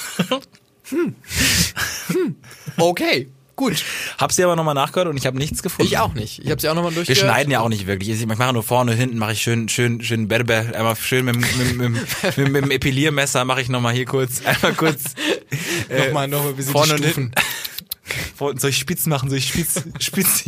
hm, hm, okay, gut. Hab sie aber nochmal nachgehört und ich habe nichts gefunden. Ich auch nicht, ich habe sie auch nochmal Wir durchgehört. schneiden ja auch nicht wirklich. Ich mache nur vorne und hinten, mache ich schön, schön, schön Berber, einmal schön mit, mit, mit, mit, mit, mit dem Epiliermesser mache ich nochmal hier kurz, einmal kurz äh, Nochmal, nochmal ein bisschen vorne die und Stufen. hinten. Vor- Soll ich spitz machen? Soll ich spitz, spitz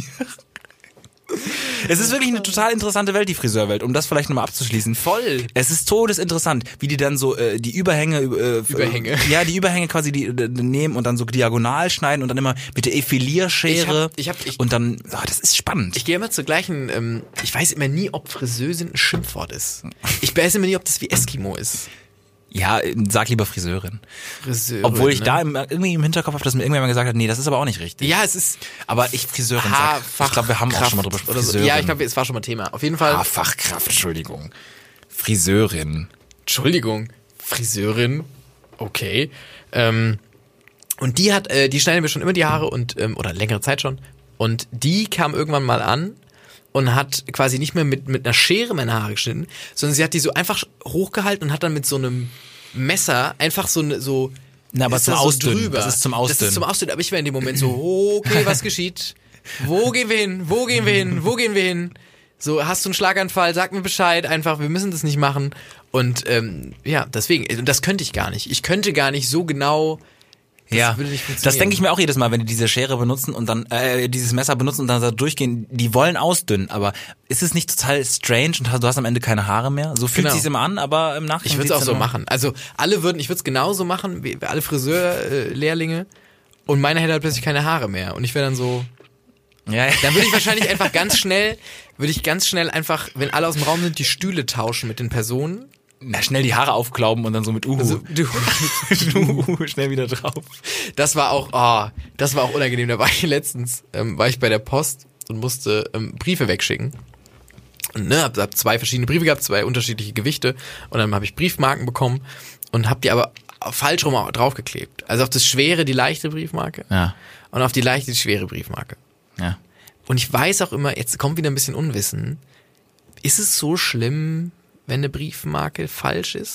Es ist wirklich eine total interessante Welt, die Friseurwelt, um das vielleicht nochmal abzuschließen. Voll. Es ist todesinteressant, wie die dann so äh, die Überhänge äh, Überhänge. Äh, ja, die Überhänge quasi die, äh, nehmen und dann so diagonal schneiden und dann immer mit der Effilierschere Ich hab- ich hab- ich- und dann, oh, das ist spannend. Ich gehe immer zur gleichen, ähm, ich weiß immer nie, ob Friseuse ein Schimpfwort ist. Ich weiß immer nie, ob das wie Eskimo ist. Ja, sag lieber Friseurin. Friseurin, Obwohl ich ne? da im, irgendwie im Hinterkopf habe, dass mir irgendwann mal gesagt hat, nee, das ist aber auch nicht richtig. Ja, es ist Aber ich Friseurin sag, ich glaube, wir haben auch schon mal drüber oder so. Friseurin. Ja, ich glaube, es war schon mal Thema. Auf jeden Fall. Ah, Fachkraft, Entschuldigung. Friseurin. Entschuldigung, Friseurin. Okay. Ähm, und die hat, äh, die schneidet mir schon immer die Haare und ähm, oder längere Zeit schon. Und die kam irgendwann mal an und hat quasi nicht mehr mit mit einer Schere meine Haare geschnitten, sondern sie hat die so einfach hochgehalten und hat dann mit so einem Messer einfach so eine so Na, aber ist zum da so Ausdünnen. drüber. Das ist zum Das Ausdünnen. ist zum Ausdünnen. Aber ich war in dem Moment so, okay, was geschieht? Wo gehen wir hin? Wo gehen wir hin? Wo gehen wir hin? So, hast du einen Schlaganfall? Sag mir Bescheid. Einfach, wir müssen das nicht machen. Und ähm, ja, deswegen, und das könnte ich gar nicht. Ich könnte gar nicht so genau. Das ja, würde nicht funktionieren. das denke ich mir auch jedes Mal, wenn die diese Schere benutzen und dann äh, dieses Messer benutzen und dann da durchgehen. Die wollen ausdünnen, aber ist es nicht total strange und du hast am Ende keine Haare mehr? So fühlt Genau. sich's immer an, aber im Nachhinein Ich würde es auch sieht's so dann machen. Also alle würden, ich würde es genauso machen wie wie alle Friseurlehrlinge. Und meiner hätte halt plötzlich keine Haare mehr. Und ich wäre dann so. Ja, ja. Dann würde ich wahrscheinlich einfach ganz schnell, würde ich ganz schnell einfach, wenn alle aus dem Raum sind, die Stühle tauschen mit den Personen. Na, schnell die Haare aufklauben und dann so mit Uhu. Also, du, Uhu, schnell wieder drauf. das war auch, oh, das war auch unangenehm. Da war ich letztens, ähm, war ich bei der Post und musste ähm, Briefe wegschicken. Und ne, hab, hab zwei verschiedene Briefe gehabt, zwei unterschiedliche Gewichte. Und dann habe ich Briefmarken bekommen und hab die aber falsch rum draufgeklebt. Also auf das schwere die leichte Briefmarke Ja, und auf die leichte die schwere Briefmarke. ja. Und ich weiß auch immer, jetzt kommt wieder ein bisschen Unwissen. Ist es so schlimm, wenn eine Briefmarke falsch ist?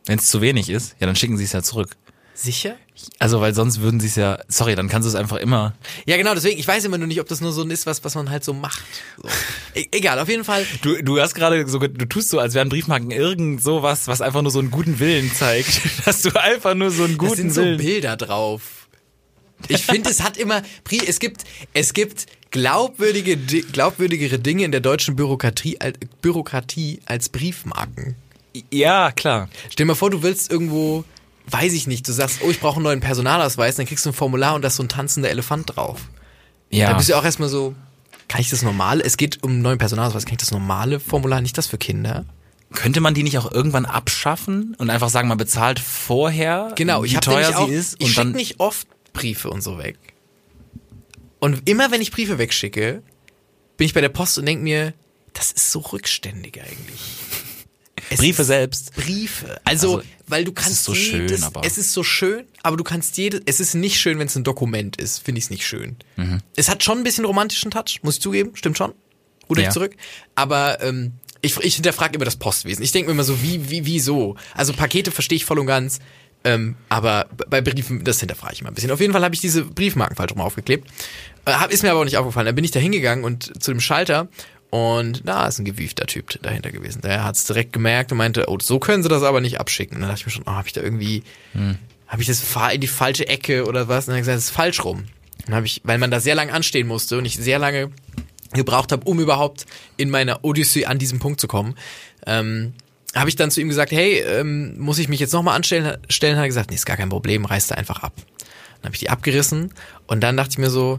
Wenn es zu wenig ist, ja, dann schicken sie es ja zurück. Sicher? Also, weil sonst würden sie es ja, sorry, dann kannst du es einfach immer. Ja, genau, deswegen, ich weiß immer nur nicht, ob das nur so ist, was, was man halt so macht. So. E- egal, auf jeden Fall. Du, du hast gerade so, du tust so, als wären Briefmarken irgend sowas, was einfach nur so einen guten Willen zeigt. Dass du einfach nur so einen guten Da sind so Willen. Bilder drauf. Ich finde, es hat immer, es gibt, es gibt glaubwürdige, glaubwürdigere Dinge in der deutschen Bürokratie, Bürokratie als Briefmarken. Ja, klar. Stell dir mal vor, du willst irgendwo, weiß ich nicht, du sagst, oh, ich brauche einen neuen Personalausweis, dann kriegst du ein Formular und da ist so ein tanzender Elefant drauf. Ja. Da bist du auch erstmal so, kann ich das normale, es geht um einen neuen Personalausweis, kann ich das normale Formular, nicht das für Kinder? Könnte man die nicht auch irgendwann abschaffen und einfach sagen, man bezahlt vorher, Genau, wie ich habe teuer nämlich auch, sie ist ich und schicke dann nicht oft Briefe und so weg. Und immer wenn ich Briefe wegschicke, bin ich bei der Post und denke mir, das ist so rückständig eigentlich. Es Briefe ist selbst. Briefe. Also, Also, weil du es kannst ist so jedes, schön, aber- es ist so schön, aber du kannst jedes, es ist nicht schön, wenn es ein Dokument ist, finde ich es nicht schön. Mhm. Es hat schon ein bisschen romantischen Touch, muss ich zugeben, stimmt schon. Ruder ich Ja. zurück. Aber ähm, ich, ich hinterfrage immer das Postwesen. Ich denke mir immer so, wie, wie, wieso? Also Pakete verstehe ich voll und ganz, ähm, aber bei Briefen, das hinterfrage ich immer ein bisschen. Auf jeden Fall habe ich diese Briefmarken falsch rum aufgeklebt. Äh, hab, ist mir aber auch nicht aufgefallen. Dann bin ich da hingegangen und zu dem Schalter und da ist ein gewiefter Typ dahinter gewesen. Der hat es direkt gemerkt und meinte, oh, so können sie das aber nicht abschicken. Und dann dachte ich mir schon, oh, habe ich da irgendwie, hm. habe ich das in die falsche Ecke oder was? Und dann habe ich gesagt, das ist falsch rum. Dann habe ich, weil man da sehr lange anstehen musste und ich sehr lange gebraucht habe, um überhaupt in meiner Odyssee an diesen Punkt zu kommen, ähm, habe ich dann zu ihm gesagt, hey, ähm, muss ich mich jetzt nochmal anstellen? Stellen? Hat er gesagt, nee, ist gar kein Problem, reiß da einfach ab. Dann habe ich die abgerissen und dann dachte ich mir so,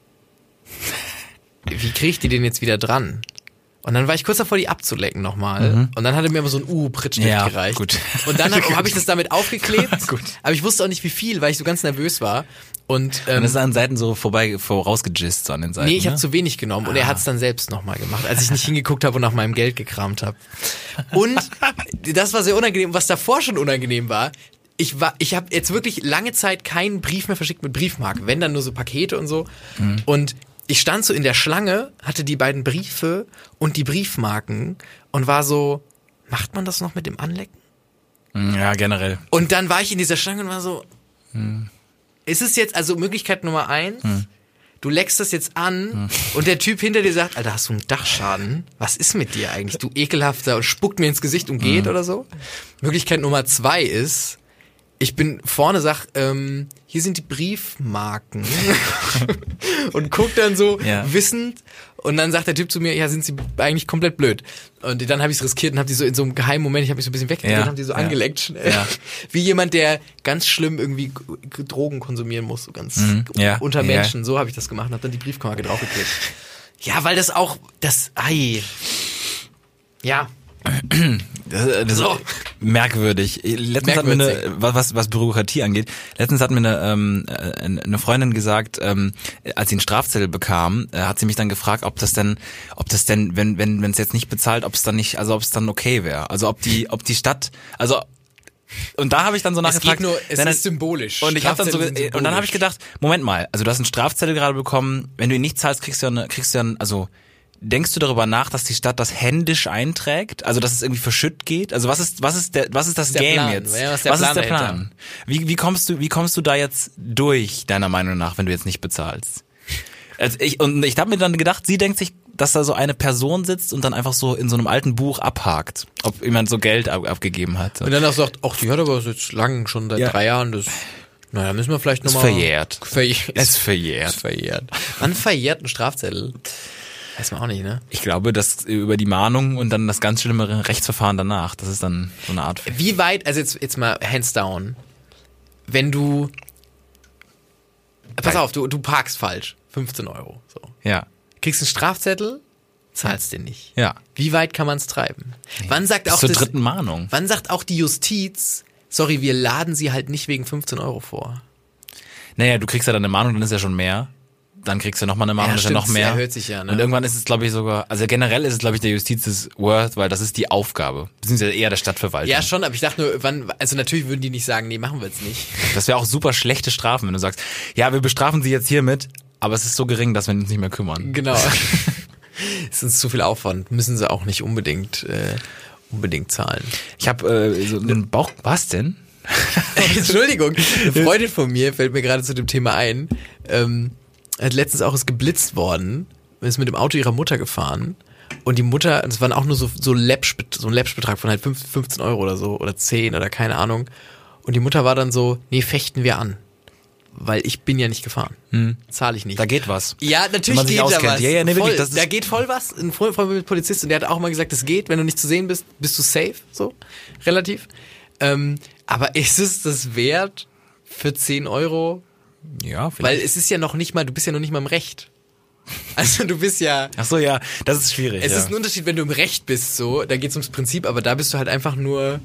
wie kriege ich die denn jetzt wieder dran? Und dann war ich kurz davor, die abzulecken nochmal. Mhm. Und dann hat er mir aber so ein U-Prittstift ja, gereicht. Gut. Und dann habe hab ich das damit aufgeklebt. Gut. Aber ich wusste auch nicht, wie viel, weil ich so ganz nervös war. Und, ähm, und das ist an Seiten so vorbei, vorausgejist, so an den Seiten. Nee, ich habe ne? zu wenig genommen und ah. er hat es dann selbst nochmal gemacht, als ich nicht hingeguckt habe und nach meinem Geld gekramt habe. Und das war sehr unangenehm. Was davor schon unangenehm war, ich war, ich habe jetzt wirklich lange Zeit keinen Brief mehr verschickt mit Briefmarke, wenn dann nur so Pakete und so. Mhm. Und ich stand so in der Schlange, hatte die beiden Briefe und die Briefmarken und war so, macht man das noch mit dem Anlecken? Ja, generell. Und dann war ich in dieser Schlange und war so, hm. ist es jetzt, also Möglichkeit Nummer eins, hm. du leckst das jetzt an hm. und der Typ hinter dir sagt, Alter, hast du einen Dachschaden? Was ist mit dir eigentlich, du ekelhafter, und spuckt mir ins Gesicht und geht hm. oder so? Möglichkeit Nummer zwei ist, ich bin vorne, sag, ähm, hier sind die Briefmarken und guck dann so ja. wissend und dann sagt der Typ zu mir, ja, sind sie eigentlich komplett blöd. Und dann habe ich es riskiert und habe die so in so einem geheimen Moment, ich habe mich so ein bisschen weggedreht ja. und habe die so ja. angeleckt schnell. Ja. Wie jemand, der ganz schlimm irgendwie Drogen konsumieren muss, so ganz mhm. ja. unter Menschen. Ja. So habe ich das gemacht und habe dann die Briefmarke draufgeklebt. Ja, weil das auch, das, ei. Ja. Das, das so. ist merkwürdig. Letztens hat mir eine, was, was Bürokratie angeht, letztens hat mir eine, ähm, eine Freundin gesagt, ähm, als sie einen Strafzettel bekam, äh, hat sie mich dann gefragt, ob das denn, ob das denn, wenn, wenn, wenn es jetzt nicht bezahlt, ob es dann nicht, also ob es dann okay wäre. Also ob die, ob die Stadt, also und da habe ich dann so nachgefragt. Es, geht nur, es dann, ist symbolisch. Und ich habe dann so und dann habe ich gedacht, Moment mal, also du hast einen Strafzettel gerade bekommen, wenn du ihn nicht zahlst, kriegst du ja eine, kriegst du ja eine, also denkst du darüber nach, dass die Stadt das händisch einträgt? Also, dass es irgendwie verschütt geht? Also, was ist, was ist der, was ist das der Game Plan? jetzt? Ja, was ist der was Plan ist der Plan? Wie, wie kommst du, wie kommst du da jetzt durch, deiner Meinung nach, wenn du jetzt nicht bezahlst? Also ich, und ich habe mir dann gedacht, sie denkt sich, dass da so eine Person sitzt und dann einfach so in so einem alten Buch abhakt, ob jemand so Geld ab, abgegeben hat. Und dann auch sagt, ach, die hat aber jetzt lang, schon seit ja. drei Jahren, das, naja, müssen wir vielleicht nochmal. Ist verjährt. Verjährt. Es ist verjährt. Ist verjährt. Man verjährt einen Strafzettel. Weiß man auch nicht, ne? Ich glaube, dass über die Mahnung und dann das ganz schlimme Rechtsverfahren danach, das ist dann so eine Art. Wie weit, also jetzt, jetzt mal hands down, wenn du, pass auf, du, du parkst falsch, fünfzehn Euro, so. Ja. Kriegst einen Strafzettel, zahlst den nicht. Ja. Wie weit kann man es treiben? Nee. Wann sagt Bis auch zur das, dritten Mahnung. Wann sagt auch die Justiz, sorry, wir laden sie halt nicht wegen fünfzehn Euro vor? Naja, du kriegst ja dann eine Mahnung, dann ist ja schon mehr. Dann kriegst du nochmal eine Mahnung, ja, das ist ja noch mehr. Erhöht sich ja, ne? Und irgendwann ist es, glaube ich, sogar, also generell ist es, glaube ich, der Justiz ist worth, weil das ist die Aufgabe. Beziehungsweise eher der Stadtverwaltung. Ja, schon, aber ich dachte nur, wann, also natürlich würden die nicht sagen, nee, machen wir jetzt nicht. Das wäre auch super schlechte Strafen, wenn du sagst, ja, wir bestrafen sie jetzt hiermit, aber es ist so gering, dass wir uns nicht mehr kümmern. Genau. Es ist uns zu viel Aufwand, müssen sie auch nicht unbedingt. Äh, unbedingt zahlen. Ich habe äh, so einen Bauch... Was denn? Entschuldigung, eine Freundin von mir fällt mir gerade zu dem Thema ein. Ähm, hat letztens auch ist geblitzt worden, ist mit dem Auto ihrer Mutter gefahren und die Mutter, das waren auch nur so so, Läppsch, so ein Läppschbetrag von halt fünfzehn Euro oder so oder zehn oder keine Ahnung und die Mutter war dann so, nee, fechten wir an, weil ich bin ja nicht gefahren, hm. zahle ich nicht. Da geht was. Ja, natürlich geht da was. Ja, ja, nee, voll, wirklich, das ist da geht voll was. Ein Freund von mir mit Polizist und der hat auch mal gesagt, das geht, wenn du nicht zu sehen bist, bist du safe, so relativ. Ähm, aber ist es das wert für zehn Euro? Ja, vielleicht. Weil es ist ja noch nicht mal, du bist ja noch nicht mal im Recht. Also du bist ja... Ach so, ja, das ist schwierig. Es ja. ist ein Unterschied, wenn du im Recht bist, so, da geht's ums Prinzip, aber da bist du halt einfach nur,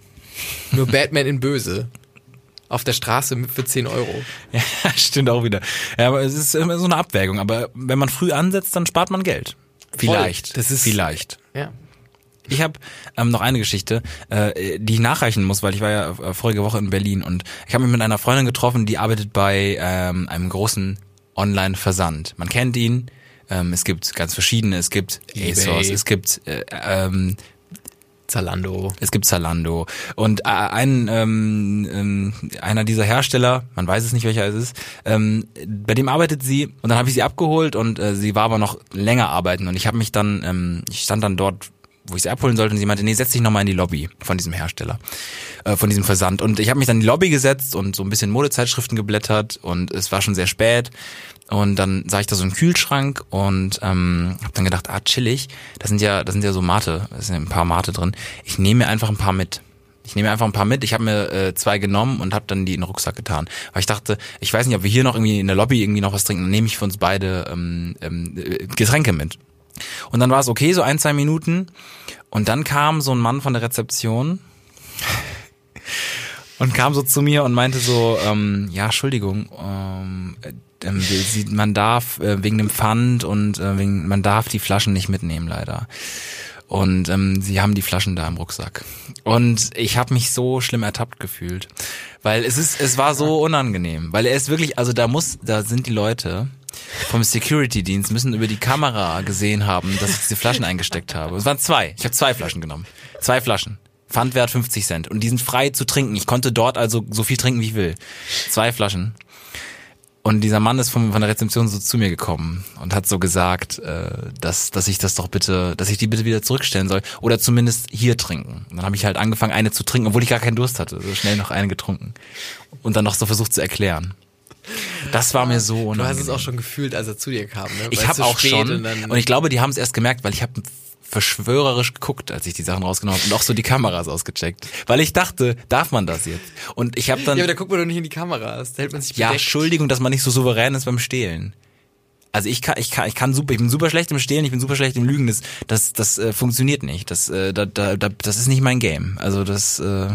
nur Batman in Böse. Auf der Straße für zehn Euro. Ja, stimmt auch wieder. Ja, aber es ist immer so eine Abwägung. Aber wenn man früh ansetzt, dann spart man Geld. Vielleicht. Voll. Das ist Vielleicht. Ja. Ich habe ähm, noch eine Geschichte, äh, die ich nachreichen muss, weil ich war ja äh, vorige Woche in Berlin und ich habe mich mit einer Freundin getroffen, die arbeitet bei ähm, einem großen Online-Versand. Man kennt ihn, ähm, es gibt ganz verschiedene, es gibt ASOS, es gibt äh, ähm, Zalando. Es gibt Zalando. Und äh, ein, ähm, ähm, einer dieser Hersteller, man weiß es nicht, welcher es ist, ähm, bei dem arbeitet sie und dann habe ich sie abgeholt und äh, sie war aber noch länger arbeiten und ich habe mich dann, ähm, ich stand dann dort, wo ich sie abholen sollte und sie meinte, nee, setz dich nochmal in die Lobby von diesem Hersteller, äh, von diesem Versand. Und ich habe mich dann in die Lobby gesetzt und so ein bisschen Modezeitschriften geblättert und es war schon sehr spät. Und dann sah ich da so einen Kühlschrank und ähm, habe dann gedacht, ah, chillig, da sind ja, da sind ja so Mate, da sind ja ein paar Mate drin. Ich nehme mir einfach ein paar mit. Ich nehme einfach ein paar mit. Ich habe mir äh, zwei genommen und habe dann die in den Rucksack getan. Weil ich dachte, ich weiß nicht, ob wir hier noch irgendwie in der Lobby irgendwie noch was trinken. Dann nehme ich für uns beide ähm, ähm, Getränke mit. Und dann war es okay, so ein, zwei Minuten. Und dann kam so ein Mann von der Rezeption und kam so zu mir und meinte so, ähm, ja, Entschuldigung, ähm, ähm, sie, man darf äh, wegen dem Pfand und äh, wegen, man darf die Flaschen nicht mitnehmen, leider. Und ähm, sie haben die Flaschen da im Rucksack. Und ich habe mich so schlimm ertappt gefühlt, weil es ist, es war so unangenehm, weil er ist wirklich, also da muss, da sind die Leute vom Security-Dienst müssen über die Kamera gesehen haben, dass ich diese Flaschen eingesteckt habe. Es waren zwei. Ich habe zwei Flaschen genommen. Zwei Flaschen. Pfandwert fünfzig Cent. Und die sind frei zu trinken. Ich konnte dort also so viel trinken, wie ich will. Zwei Flaschen. Und dieser Mann ist von, von der Rezeption so zu mir gekommen und hat so gesagt, äh, dass, dass ich das doch bitte, dass ich die bitte wieder zurückstellen soll. Oder zumindest hier trinken. Und dann habe ich halt angefangen, eine zu trinken, obwohl ich gar keinen Durst hatte. So schnell noch eine getrunken. Und dann noch so versucht zu erklären. Das war mir so unangenehm. Du hast es auch schon gefühlt, als er zu dir kam, ne? Ich habe auch schon. Und, und ich glaube, die haben es erst gemerkt, weil ich habe verschwörerisch geguckt, als ich die Sachen rausgenommen habe und auch so die Kameras ausgecheckt. Weil ich dachte, darf man das jetzt? Und ich habe dann... Ja, aber da guckt man doch nicht in die Kameras. Da hält man sich bedeckt. Ja, Entschuldigung, dass man nicht so souverän ist beim Stehlen. Also ich kann, ich kann, ich kann super, ich bin super schlecht im Stehlen, ich bin super schlecht im Lügen. Das, das, das äh, funktioniert nicht. Das, äh, da, da, da, das ist nicht mein Game. Also das... Äh,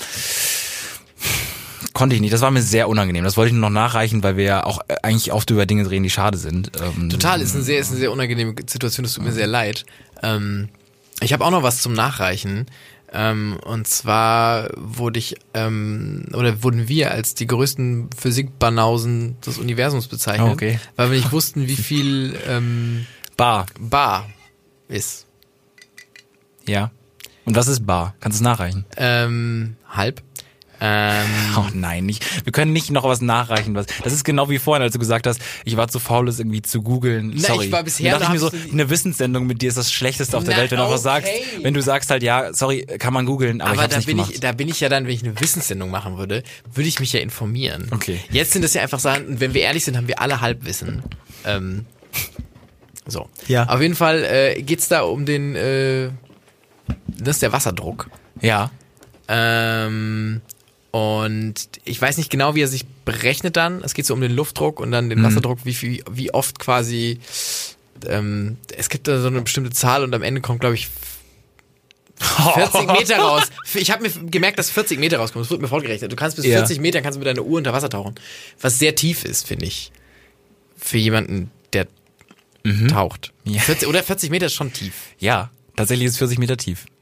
konnte ich nicht. Das war mir sehr unangenehm. Das wollte ich nur noch nachreichen, weil wir ja auch eigentlich oft über Dinge reden, die schade sind. Ähm, Total, ist eine sehr, ist eine sehr unangenehme Situation. Das tut mir sehr leid. Ähm, ich habe auch noch was zum Nachreichen. Ähm, und zwar wurde ich ähm, oder wurden wir als die größten Physikbanausen des Universums bezeichnet, oh, okay. weil wir nicht wussten, wie viel ähm, Bar Bar ist. Ja. Und was ist Bar? Kannst du es nachreichen? Ähm, halb. Ähm, oh nein, nicht. Wir können nicht noch was nachreichen. Was. Das ist genau wie vorhin, als du gesagt hast, ich war zu faul, es irgendwie zu googeln. Na, sorry. ich war bisher. Da dachte ich mir so, eine Wissenssendung mit dir ist das Schlechteste auf der Na, Welt, wenn du okay. einfach sagst, wenn du sagst halt, ja, sorry, kann man googeln, aber, aber ich hab's da nicht bin gemacht. ich, da bin ich ja dann, wenn ich eine Wissenssendung machen würde, würde ich mich ja informieren. Okay. Jetzt sind das ja einfach Sachen, und wenn wir ehrlich sind, haben wir alle Halbwissen. Ähm, so. Ja. Auf jeden Fall äh, geht's da um den, äh, das ist der Wasserdruck. Ja. Ähm, und ich weiß nicht genau, wie er sich berechnet dann. Es geht so um den Luftdruck und dann den Wasserdruck, wie viel, wie oft quasi, ähm, es gibt da so eine bestimmte Zahl und am Ende kommt, glaube ich, vierzig Meter raus. Ich habe mir gemerkt, dass vierzig Meter rauskommt. Das wird mir vorgerechnet. Du kannst bis Ja. vierzig Meter kannst du mit deiner Uhr unter Wasser tauchen. Was sehr tief ist, finde ich. Für jemanden, der Mhm. taucht. Ja. vierzig, oder vierzig Meter ist schon tief. Ja, tatsächlich ist vierzig Meter tief.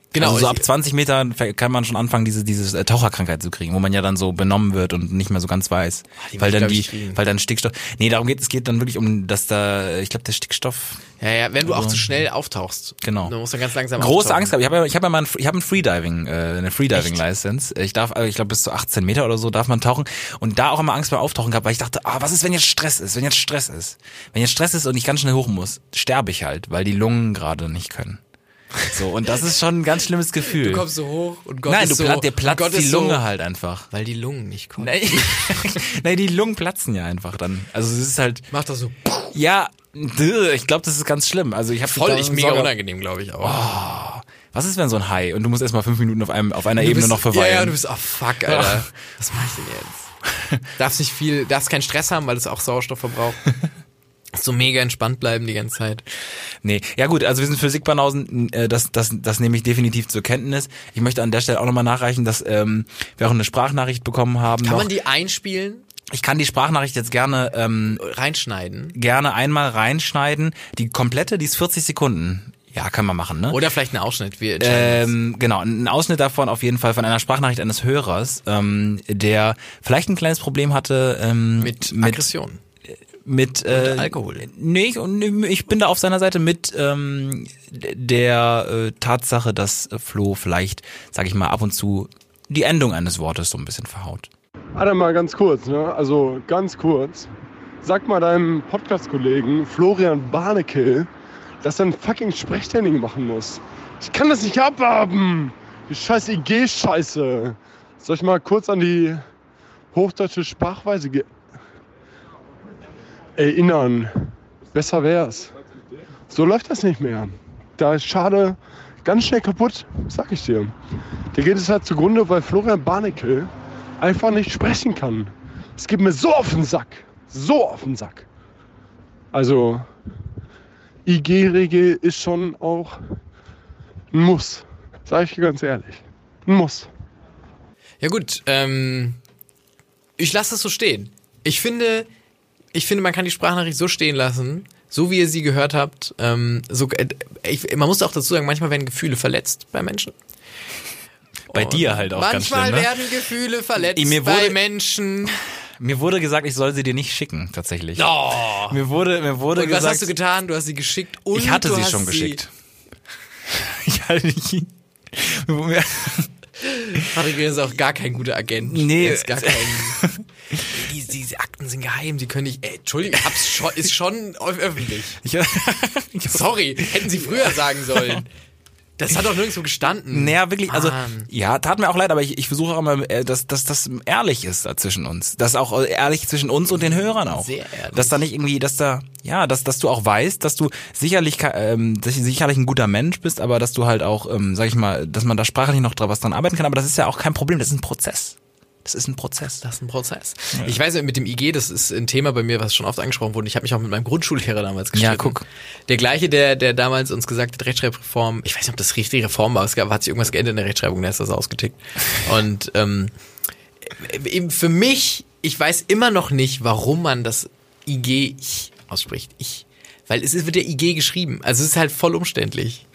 Genau. Also so ab zwanzig Metern kann man schon anfangen, diese diese Taucherkrankheit zu kriegen, wo man ja dann so benommen wird und nicht mehr so ganz weiß, die weil will ich, dann glaub die, ich, kriegen. weil dann Stickstoff. Nee, darum geht es geht dann wirklich um, dass da, ich glaube, der Stickstoff. Ja, ja, wenn du Also- auch zu schnell auftauchst. Genau. Du musst dann ganz langsam Große auftauchen. Angst gehabt. Ich habe ja, ich habe ja mal ein, ich habe ein Freediving, äh, eine Freediving-License. Ich darf, also ich glaube bis zu achtzehn Meter oder so darf man tauchen und da auch immer Angst beim Auftauchen gehabt, weil ich dachte, ah, was ist, wenn jetzt Stress ist, wenn jetzt Stress ist, wenn jetzt Stress ist und ich ganz schnell hoch muss, sterbe ich halt, weil die Lungen gerade nicht können. So, und das ist schon ein ganz schlimmes Gefühl. Du kommst so hoch und Gott Nein, ist du so, platt, dir und platzt Gott die ist Lunge so, halt einfach. weil die Lungen nicht kommen. Nein, nein, die Lungen platzen ja einfach dann. Also es ist halt, Mach das so. ja, ich glaube, das ist ganz schlimm. Also ich habe Voll, ich mega unangenehm, glaube ich auch. Oh, was ist, wenn so ein Hai und du musst erstmal fünf Minuten auf einem auf einer Du Ebene bist, noch verweilen? Ja, ja, du bist, oh fuck, Alter. Was mach ich denn jetzt? Darfst nicht viel, darfst keinen Stress haben, weil es auch Sauerstoff verbraucht. So mega entspannt bleiben die ganze Zeit. Nee, ja gut, also wir sind Physik-Banausen, äh, das, das, das nehme ich definitiv zur Kenntnis. Ich möchte an der Stelle auch nochmal nachreichen, dass ähm, wir auch eine Sprachnachricht bekommen haben. Kann noch. man die einspielen, Ich kann die Sprachnachricht jetzt gerne ähm, reinschneiden? gerne einmal reinschneiden. Die komplette, die ist vierzig Sekunden. Ja, kann man machen, ne? Oder vielleicht einen Ausschnitt. Wir entscheiden Ähm, genau, ein Ausschnitt davon auf jeden Fall von einer Sprachnachricht eines Hörers, ähm, der vielleicht ein kleines Problem hatte ähm, mit, mit Aggression. mit äh, Und Alkohol. Nee, ich, und ich bin da auf seiner Seite mit ähm, der äh, Tatsache, dass Flo vielleicht, sag ich mal, ab und zu die Endung eines Wortes so ein bisschen verhaut. Warte mal ganz kurz, ne? Also ganz kurz. Sag mal deinem Podcast-Kollegen Florian Barnekel, dass er ein fucking Sprechtraining machen muss. Ich kann das nicht abhaben. Die scheiß I G-Scheiße. Soll ich mal kurz an die hochdeutsche Sprachweise ge- erinnern? Besser wär's. So läuft das nicht mehr. Da ist Schade ganz schnell kaputt, sag ich dir. Der geht es halt zugrunde, weil Florian Barnekel einfach nicht sprechen kann. Es geht mir so auf den Sack. So auf den Sack. Also, I G-Regel ist schon auch ein Muss. Sag ich dir ganz ehrlich. Ein Muss. Ja gut, ähm, ich lasse das so stehen. Ich finde, ich finde, man kann die Sprachnachricht so stehen lassen, so wie ihr sie gehört habt. Ähm, so, äh, ich, man muss auch dazu sagen, manchmal werden Gefühle verletzt bei Menschen. Bei Und dir halt auch ganz schlimm, manchmal ne? werden Gefühle verletzt Mir wurde- bei Menschen. Mir wurde gesagt, ich soll sie dir nicht schicken, tatsächlich. Oh. Mir wurde, mir wurde Und was gesagt, hast du getan? Du hast sie geschickt und ich hatte du sie hast schon sie geschickt. Ich hatte die. Patrick ist auch gar kein guter Agent. Nee. Er ist gar kein. diese, diese Akten sind geheim, sie können nicht. Ey, Entschuldigung, hab's schon, ist schon öffentlich. Ich, ich, Sorry, hätten sie früher sagen sollen. Das hat doch nirgendwo gestanden. Naja, wirklich, also, Mann. ja, tat mir auch leid, aber ich, ich versuche auch immer, äh, dass, dass das ehrlich ist da zwischen uns. Dass auch ehrlich zwischen uns und den Hörern auch. Sehr ehrlich. Dass da nicht irgendwie, dass da, ja, dass, dass du auch weißt, dass du sicherlich, ähm, sicherlich ein guter Mensch bist, aber dass du halt auch, ähm, sag ich mal, dass man da sprachlich noch dran was dran arbeiten kann, aber das ist ja auch kein Problem, das ist ein Prozess. Das ist ein Prozess. Das ist ein Prozess. Ja. Ich weiß nicht, mit dem I G, das ist ein Thema bei mir, was schon oft angesprochen wurde. Ich habe mich auch mit meinem Grundschullehrer damals gestritten. Ja, guck. Der gleiche, der der damals uns gesagt hat, Rechtschreibreform, ich weiß nicht, ob das richtige Reform war, es gab, hat sich irgendwas geändert in der Rechtschreibung, der ist das ausgetickt. Und ähm, eben für mich, ich weiß immer noch nicht, warum man das I G ich ausspricht. Ich. Weil es ist, wird ja I G geschrieben. Also es ist halt voll umständlich.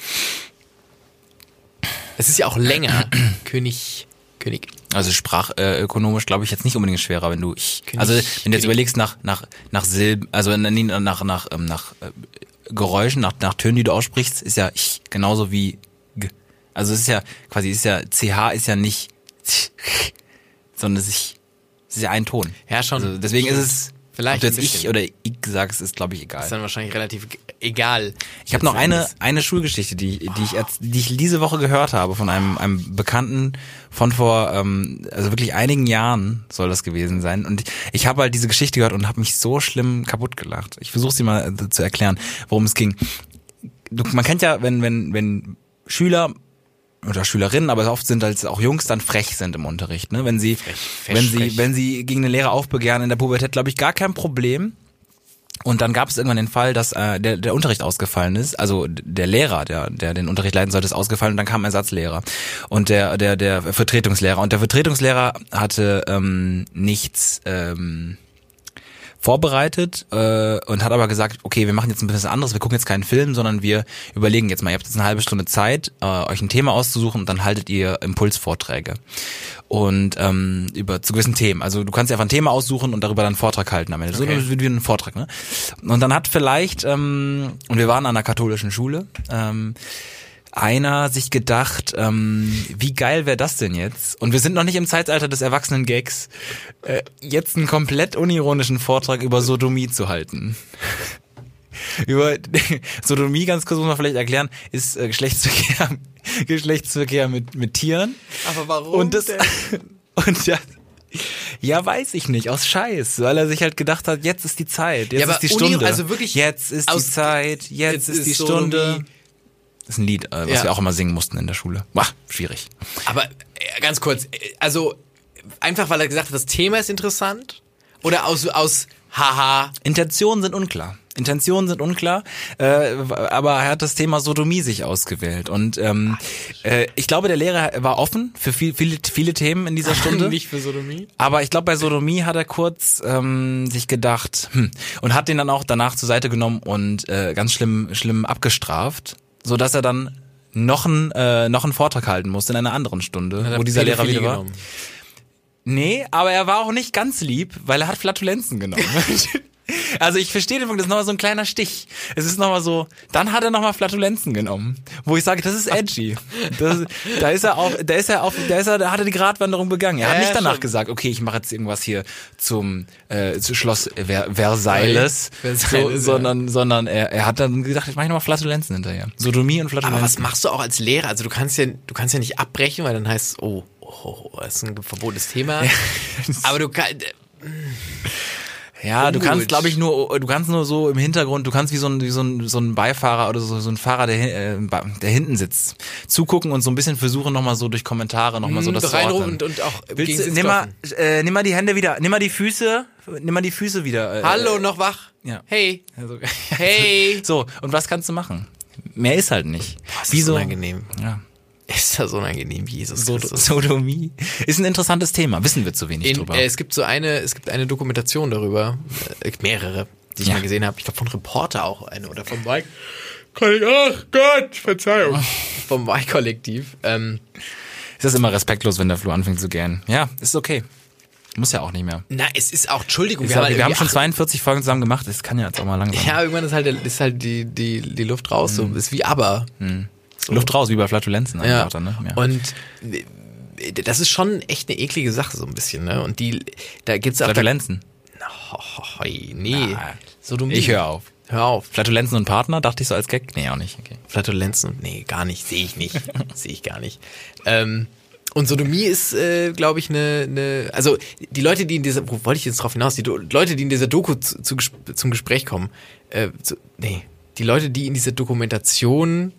Es ist ja auch länger. König... König. Also sprachökonomisch glaube ich jetzt nicht unbedingt schwerer, wenn du ich, König, also wenn du jetzt König. überlegst nach nach nach Silben, also nach nach nach, ähm, nach äh, Geräuschen, nach nach Tönen, die du aussprichst, ist ja ich genauso wie g. Also es ist ja quasi ist ja C H ist ja nicht sondern es ist, es ist ja ein Ton. Ja, schon. Also deswegen ist es Vielleicht ob du jetzt ein ich bisschen. oder ich sagst, ist glaube ich egal. Das ist dann wahrscheinlich relativ egal. Ich habe noch eine eine Schulgeschichte, die die ich erz- die ich diese Woche gehört habe von einem einem Bekannten von vor ähm, also wirklich einigen Jahren soll das gewesen sein und ich, ich habe halt diese Geschichte gehört und habe mich so schlimm kaputt gelacht. Ich versuche sie mal äh, zu erklären, worum es ging. Du, man kennt ja, wenn wenn wenn Schüler oder Schülerinnen, aber oft sind halt auch Jungs dann frech sind im Unterricht, ne? Wenn sie Frech, wenn sie frech. wenn sie gegen den Lehrer aufbegehren in der Pubertät, glaube ich, gar kein Problem. Und dann gab es irgendwann den Fall, dass äh, der, der Unterricht ausgefallen ist. Also der Lehrer, der, der den Unterricht leiten sollte, ist ausgefallen und dann kam ein Ersatzlehrer. Und der, der, der Vertretungslehrer. Und der Vertretungslehrer hatte ähm, nichts ähm, vorbereitet äh, und hat aber gesagt, okay, wir machen jetzt ein bisschen anderes, wir gucken jetzt keinen Film, sondern wir überlegen jetzt mal, ihr habt jetzt eine halbe Stunde Zeit, äh, euch ein Thema auszusuchen und dann haltet ihr Impulsvorträge. Und ähm, über zu gewissen Themen. Also du kannst dir einfach ein Thema aussuchen und darüber dann einen Vortrag halten am Ende. Okay. So wie ein Vortrag, ne? Und dann hat vielleicht, ähm, und wir waren an einer katholischen Schule, ähm, einer sich gedacht, ähm, wie geil wäre das denn jetzt? Und wir sind noch nicht im Zeitalter des erwachsenen Gags, äh, jetzt einen komplett unironischen Vortrag über Sodomie zu halten. Über Sodomie, ganz kurz muss man vielleicht erklären, ist äh, Geschlechtsverkehr, Geschlechtsverkehr mit mit Tieren. Aber warum und das, denn? Und ja, ja, weiß ich nicht, aus Scheiß, weil er sich halt gedacht hat, jetzt ist die Zeit, jetzt ja, ist die Uni, Stunde. Also wirklich jetzt ist die Zeit, jetzt, jetzt ist die Sodomie. Stunde. Das ist ein Lied, äh, was ja. wir auch immer singen mussten in der Schule. Boah, schwierig. Aber äh, ganz kurz, äh, also einfach, weil er gesagt hat, das Thema ist interessant? Oder aus, aus haha? Intentionen sind unklar. Intentionen sind unklar, äh, aber er hat das Thema Sodomie sich ausgewählt. Und ähm, äh, ich glaube, der Lehrer war offen für viel, viele, viele Themen in dieser Stunde. Nicht für Sodomie? Aber ich glaube, bei Sodomie hat er kurz ähm, sich gedacht hm, und hat den dann auch danach zur Seite genommen und äh, ganz schlimm, schlimm abgestraft, so dass er dann noch einen äh, noch einen Vortrag halten musste in einer anderen Stunde, wo dieser Lehrer wieder war. Genommen. Nee, aber er war auch nicht ganz lieb, weil er hat Flatulenzen genommen. Also ich verstehe den Punkt, das ist nochmal so ein kleiner Stich. Es ist nochmal so, dann hat er nochmal Flatulenzen genommen, wo ich sage, das ist edgy. Das, da ist er auf, da ist er auf, da ist er, da hat er die Gratwanderung begangen. Er hat ja, nicht danach schon. gesagt, okay, ich mache jetzt irgendwas hier zum äh, zu Schloss Ver- Versailles, Versailles, so, sondern, sondern er, er hat dann gedacht, ich mache nochmal Flatulenzen hinterher. Sodomie und Flatulenzen. Aber was machst du auch als Lehrer? Also du kannst ja, du kannst ja nicht abbrechen, weil dann heißt es, oh, oh, das ist ein verbotenes Thema. Aber du kannst. Ja, du Gut. kannst, glaube ich, nur, du kannst nur so im Hintergrund, du kannst wie so ein, wie so ein, so ein Beifahrer oder so, so ein Fahrer, der, äh, der hinten sitzt, zugucken und so ein bisschen versuchen, nochmal so durch Kommentare nochmal so das zu ordnen. Und, und auch Willst du, nimm mal, äh, nimm mal die Hände wieder, nimm mal die Füße, nimm mal die Füße wieder. Äh, Hallo, noch wach? Ja. Hey. Also, Hey. So, und was kannst du machen? Mehr ist halt nicht. Boah, ist das Wieso? unangenehm. Ja. Ist das unangenehm, Jesus So, Christus. Sodomie ist ein interessantes Thema, wissen wir zu wenig In, drüber. äh, es gibt so eine, es gibt eine Dokumentation darüber, äh, mehrere, die ich Ja. mal gesehen habe. Ich glaube von Reporter auch eine oder vom Mike. Ach Gott, Verzeihung. Vom Y-Kollektiv. Ähm, ist das immer respektlos, wenn der Flo anfängt zu gähnen? Ja, ist okay. Muss ja auch nicht mehr. na, es ist auch, Entschuldigung, Wir, halt wir haben schon ach, zweiundvierzig Folgen zusammen gemacht, das kann ja jetzt auch mal langsam. Ja, irgendwann ist halt, der- ist halt die, die, die Luft raus, so, ist wie aber. So. Luft raus, wie bei Flatulenzen. eigentlich Ja. auch dann, ne? Ja. Und äh, das ist schon echt eine eklige Sache, so ein bisschen, ne? Und die, da gibt's auch. Flatulenzen. Da, oh, oh, nee. Na, Sodomie. Ich höre auf. Hör auf. Flatulenzen und Partner, dachte ich so als Gag? Nee, auch nicht. Okay. Flatulenzen? Nee, gar nicht. Sehe ich nicht. Sehe ich gar nicht. Ähm, und Sodomie ist, äh, glaube ich, eine, eine, also die Leute, die in dieser, wo wollte ich jetzt drauf hinaus, die Do- Leute, die in dieser Doku zu, zu, ges- zum Gespräch kommen, äh, zu, nee, die Leute, die in dieser Dokumentation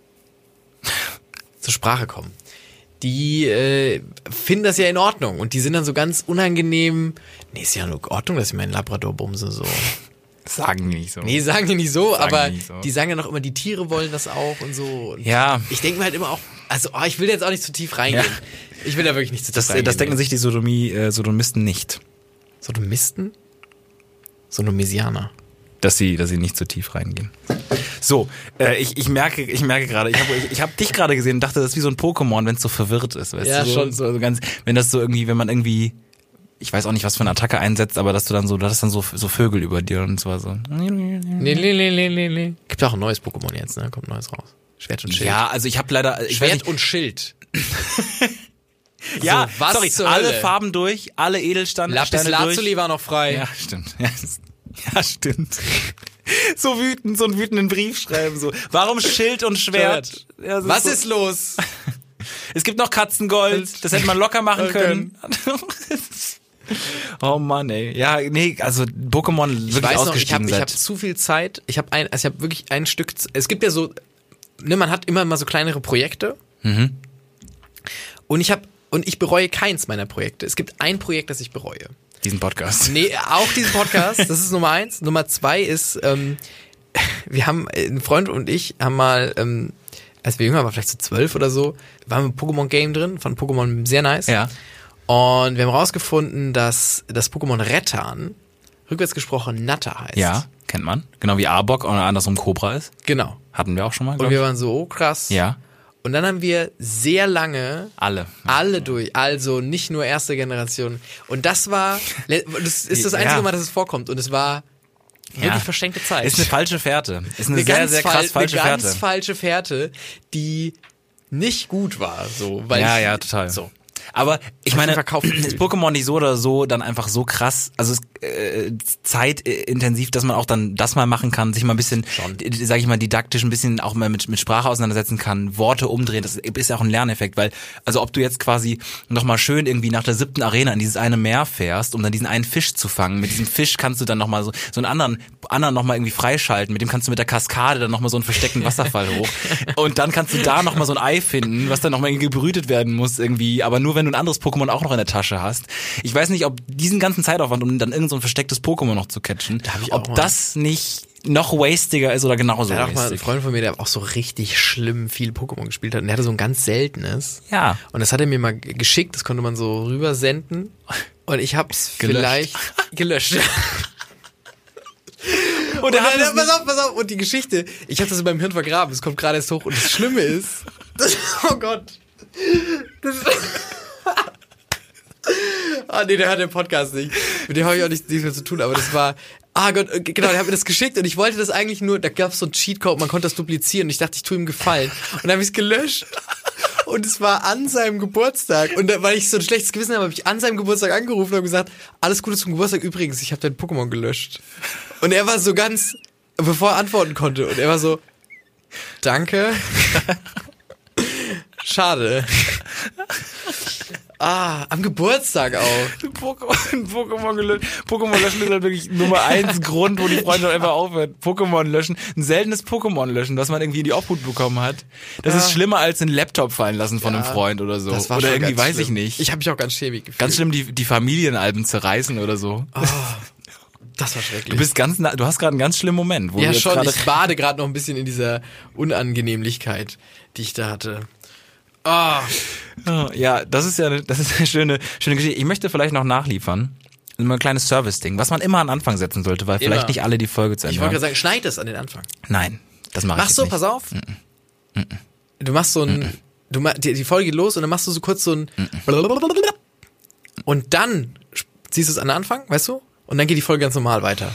zur Sprache kommen, die äh, finden das ja in Ordnung und die sind dann so ganz unangenehm, nee, ist ja in Ordnung, dass ich meinen Labrador bumse, so. Sagen die nicht so. Nee, sagen die nicht so, Sagen aber die nicht so. die sagen ja noch immer, die Tiere wollen das auch und so. Und Ja. ich denke mir halt immer auch, also oh, ich will jetzt auch nicht zu tief reingehen. Ja. Ich will da wirklich nicht zu tief Das, reingehen. das denken sich die Sodomie, äh, Sodomisten nicht. Sodomisten? Sodomisianer. Dass sie, dass sie nicht zu tief reingehen. So, äh, ich, ich merke, ich merke gerade, ich habe ich, ich hab dich gerade gesehen und dachte, das ist wie so ein Pokémon, wenn es so verwirrt ist, weißt Ja, du? So, schon. So, so ganz, wenn das so irgendwie, wenn man irgendwie, ich weiß auch nicht, was für eine Attacke einsetzt, aber dass du dann so, du hattest dann so, so Vögel über dir und zwar so. Nee, nee, nee, nee, nee, nee, nee. Gibt auch ein neues Pokémon jetzt, ne? Kommt ein neues raus. Schwert und Schild. Ja, also ich habe leider, ich weiß Schwert nicht, und Schild. ja, so, was sorry, zur alle Hölle? Farben durch, alle Edelsteine Lapis Steine Lazuli durch. war noch frei. Ja, stimmt. Ja, das- ja, stimmt. So wütend, so einen wütenden Brief schreiben, so. Warum Schild und Schwert? Ja, das Was so. ist los? Es gibt noch Katzengold, das hätte man locker machen können. Oh Mann, ey. Ja, nee, also Pokémon Ich wirklich weiß noch, ich ausgestiegen habe ich seit. hab zu viel Zeit. Ich habe ein, also ich habe wirklich ein Stück. Es gibt ja so, ne, man hat immer mal so kleinere Projekte. Mhm. Und ich habe und ich bereue keins meiner Projekte. Es gibt ein Projekt, das ich bereue. Diesen Podcast. Nee, auch diesen Podcast. Das ist Nummer eins. Nummer zwei ist, ähm, wir haben ein Freund und ich haben mal, ähm, als wir jünger waren, vielleicht so zwölf oder so, waren wir im Pokémon Game drin, von Pokémon sehr nice. Ja. Und wir haben rausgefunden, dass das Pokémon Rettan rückwärts gesprochen Natter heißt. Ja, kennt man. Genau wie Arbok oder andersrum Cobra ist. Genau. Hatten wir auch schon mal, Und glaub wir ich. waren so, oh krass. Ja, Und dann haben wir sehr lange alle. alle durch, also nicht nur erste Generation. Und das war, das ist das einzige Ja. Mal, dass es vorkommt. Und es war wirklich Ja. verschenkte Zeit. Ist eine falsche Fährte. Ist eine, Eine sehr, ganz sehr krass fal- falsche eine ganz Fährte. falsche Fährte, die nicht gut war, so, weil Ja, ich, ja, total. So. Aber ich meine, Verkauf ist Pokémon nicht so oder so dann einfach so krass, also es, äh, zeitintensiv, dass man auch dann das mal machen kann, sich mal ein bisschen, d- sag ich mal, didaktisch ein bisschen auch mal mit, mit Sprache auseinandersetzen kann, Worte umdrehen, das ist ja auch ein Lerneffekt, weil, also ob du jetzt quasi nochmal schön irgendwie nach der siebten Arena in dieses eine Meer fährst, um dann diesen einen Fisch zu fangen, mit diesem Fisch kannst du dann nochmal so, so einen anderen, anderen nochmal irgendwie freischalten, mit dem kannst du mit der Kaskade dann nochmal so einen versteckten Wasserfall hoch und dann kannst du da nochmal so ein Ei finden, was dann nochmal gebrütet werden muss irgendwie, aber nur wenn du ein anderes Pokémon auch noch in der Tasche hast. Ich weiß nicht, ob diesen ganzen Zeitaufwand, um dann irgend so ein verstecktes Pokémon noch zu catchen, hab ich auch ob mal. das nicht noch wastiger ist oder genauso Da hat auch mal ein wastig. Freund von mir, der auch so richtig schlimm viel Pokémon gespielt hat. Und der hatte so ein ganz seltenes. Ja. Und das hat er mir mal g- geschickt, das konnte man so rübersenden. Und ich hab's Gelöscht. vielleicht gelöscht. Und Und er hat dann, es pass auf, pass auf, und die Geschichte, ich habe das in meinem Hirn vergraben, es kommt gerade erst hoch. Und das Schlimme ist, das, oh Gott. Das, ah nee, der hört den Podcast nicht. Mit dem habe ich auch nichts, nichts mehr zu tun, aber das war, ah Gott, genau, der hat mir das geschickt und ich wollte das eigentlich nur, da gab es so einen Cheatcode, man konnte das duplizieren und ich dachte, ich tue ihm Gefallen. Und dann habe ich es gelöscht. Und es war an seinem Geburtstag. Und da, weil ich so ein schlechtes Gewissen habe, habe ich an seinem Geburtstag angerufen und gesagt, alles Gute zum Geburtstag. Übrigens, ich habe dein Pokémon gelöscht. Und er war so ganz, bevor er antworten konnte. Und er war so, danke. Schade. Ah, am Geburtstag auch. Pokémon, Pokémon gelöscht. Pokémon löschen ist halt wirklich Nummer eins Grund, wo die Freundschaft einfach aufhört. Pokémon löschen. Ein seltenes Pokémon löschen, was man irgendwie in die Obhut bekommen hat. Das Ja. ist schlimmer als einen Laptop fallen lassen von einem Freund oder so. Das war oder schon irgendwie, ganz weiß ich schlimm. nicht. Ich habe mich auch ganz schäbig gefühlt. Ganz schlimm, die, die Familienalben zerreißen oder so. Das war schrecklich. Du bist ganz, na, du hast gerade einen ganz schlimmen Moment, wo ja du jetzt schon, gerade ich bade gerade noch ein bisschen in dieser Unangenehmlichkeit, die ich da hatte. Ah, Ja, das ist ja eine, das ist eine schöne, schöne Geschichte. Ich möchte vielleicht noch nachliefern. Immer ein kleines Service-Ding, was man immer an Anfang setzen sollte, weil Immer. vielleicht nicht alle die Folge zu Ende ich wollte hören. gerade sagen, schneid das an den Anfang. Nein, das mache ich Machst jetzt du, nicht. pass auf. Du machst so ein, du ma- die, die Folge geht los und dann machst du so kurz so ein und dann ziehst du es an den Anfang, weißt du? Und dann geht die Folge ganz normal weiter.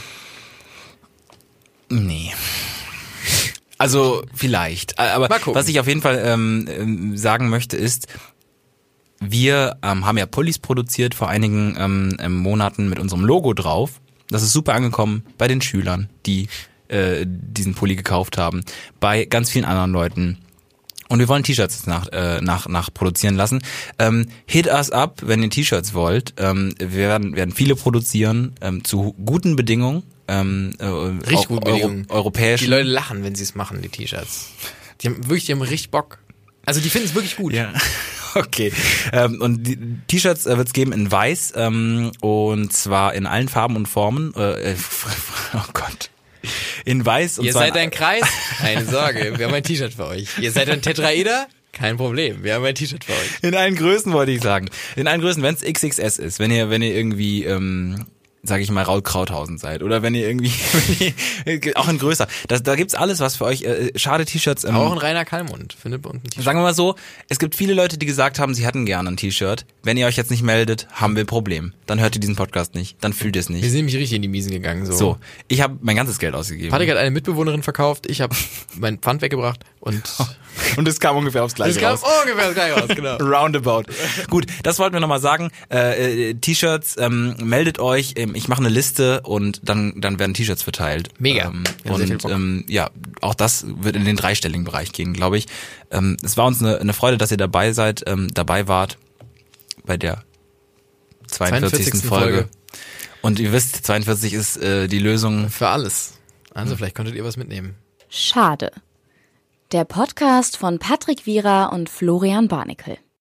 Nee. Also vielleicht. Aber Mal gucken. was ich auf jeden Fall ähm, ähm, sagen möchte ist, wir ähm, haben ja Pullis produziert vor einigen ähm, ähm, Monaten mit unserem Logo drauf. Das ist super angekommen bei den Schülern, die äh, diesen Pulli gekauft haben, bei ganz vielen anderen Leuten. Und wir wollen T-Shirts nach, äh, nach, nach produzieren lassen. Ähm, hit us up, wenn ihr T-Shirts wollt. Ähm, wir werden, werden viele produzieren, ähm, zu guten Bedingungen. Ähm, äh, Richtig auch gute Euro, Bedingungen. europäischen. Die Leute lachen, wenn sie es machen, die T-Shirts. Die haben wirklich, die haben richtig Bock. Also die finden es wirklich gut. Ja, okay. Ähm, und die T-Shirts äh, wird es geben in weiß ähm, und zwar in allen Farben und Formen. Äh, äh, oh Gott. In weiß. Und Ihr zwar seid ein Kreis? Keine Sorge, wir haben ein T-Shirt für euch. Ihr seid ein Tetraeder? Kein Problem, wir haben ein T-Shirt für euch. in allen Größen wollte ich sagen. In allen Größen, wenn es X X S ist. Wenn ihr, wenn ihr irgendwie... Ähm, sage ich mal, Raul Krauthausen seid. Oder wenn ihr irgendwie, wenn ihr, auch in größer. Das, da gibt's alles, was für euch, äh, schade T-Shirts. Ähm, Auch ein Rainer Kallmund findet bei uns ein T-Shirt. Sagen wir mal so, es gibt viele Leute, die gesagt haben, sie hätten gerne ein T-Shirt. Wenn ihr euch jetzt nicht meldet, haben wir ein Problem. Dann hört ihr diesen Podcast nicht. Dann fühlt ihr es Wir nicht. sind nämlich richtig in die Miesen gegangen. So. So, ich habe mein ganzes Geld ausgegeben. Patrick hat eine Mitbewohnerin verkauft, ich habe mein Pfand weggebracht und Und es kam ungefähr aufs es Gleiche kam raus. ungefähr das gleiche raus, genau. Roundabout. Gut, das wollten wir nochmal sagen. Äh, äh, T-Shirts, ähm, meldet euch. Ähm, ich mache eine Liste und dann dann werden T-Shirts verteilt. Mega. Ähm, Wir haben sehr viel und Bock. ähm, ja, auch das wird in den dreistelligen Bereich gehen, glaube ich. Ähm, es war uns eine, eine Freude, dass ihr dabei seid, ähm, dabei wart bei der zweiundvierzigsten zweiundvierzigsten Folge. Folge. Und ihr wisst, zweiundvierzig ist äh, die Lösung. Für alles. Also vielleicht konntet ihr was mitnehmen. Schade. Der Podcast von Patrick Wierer und Florian Barnickel.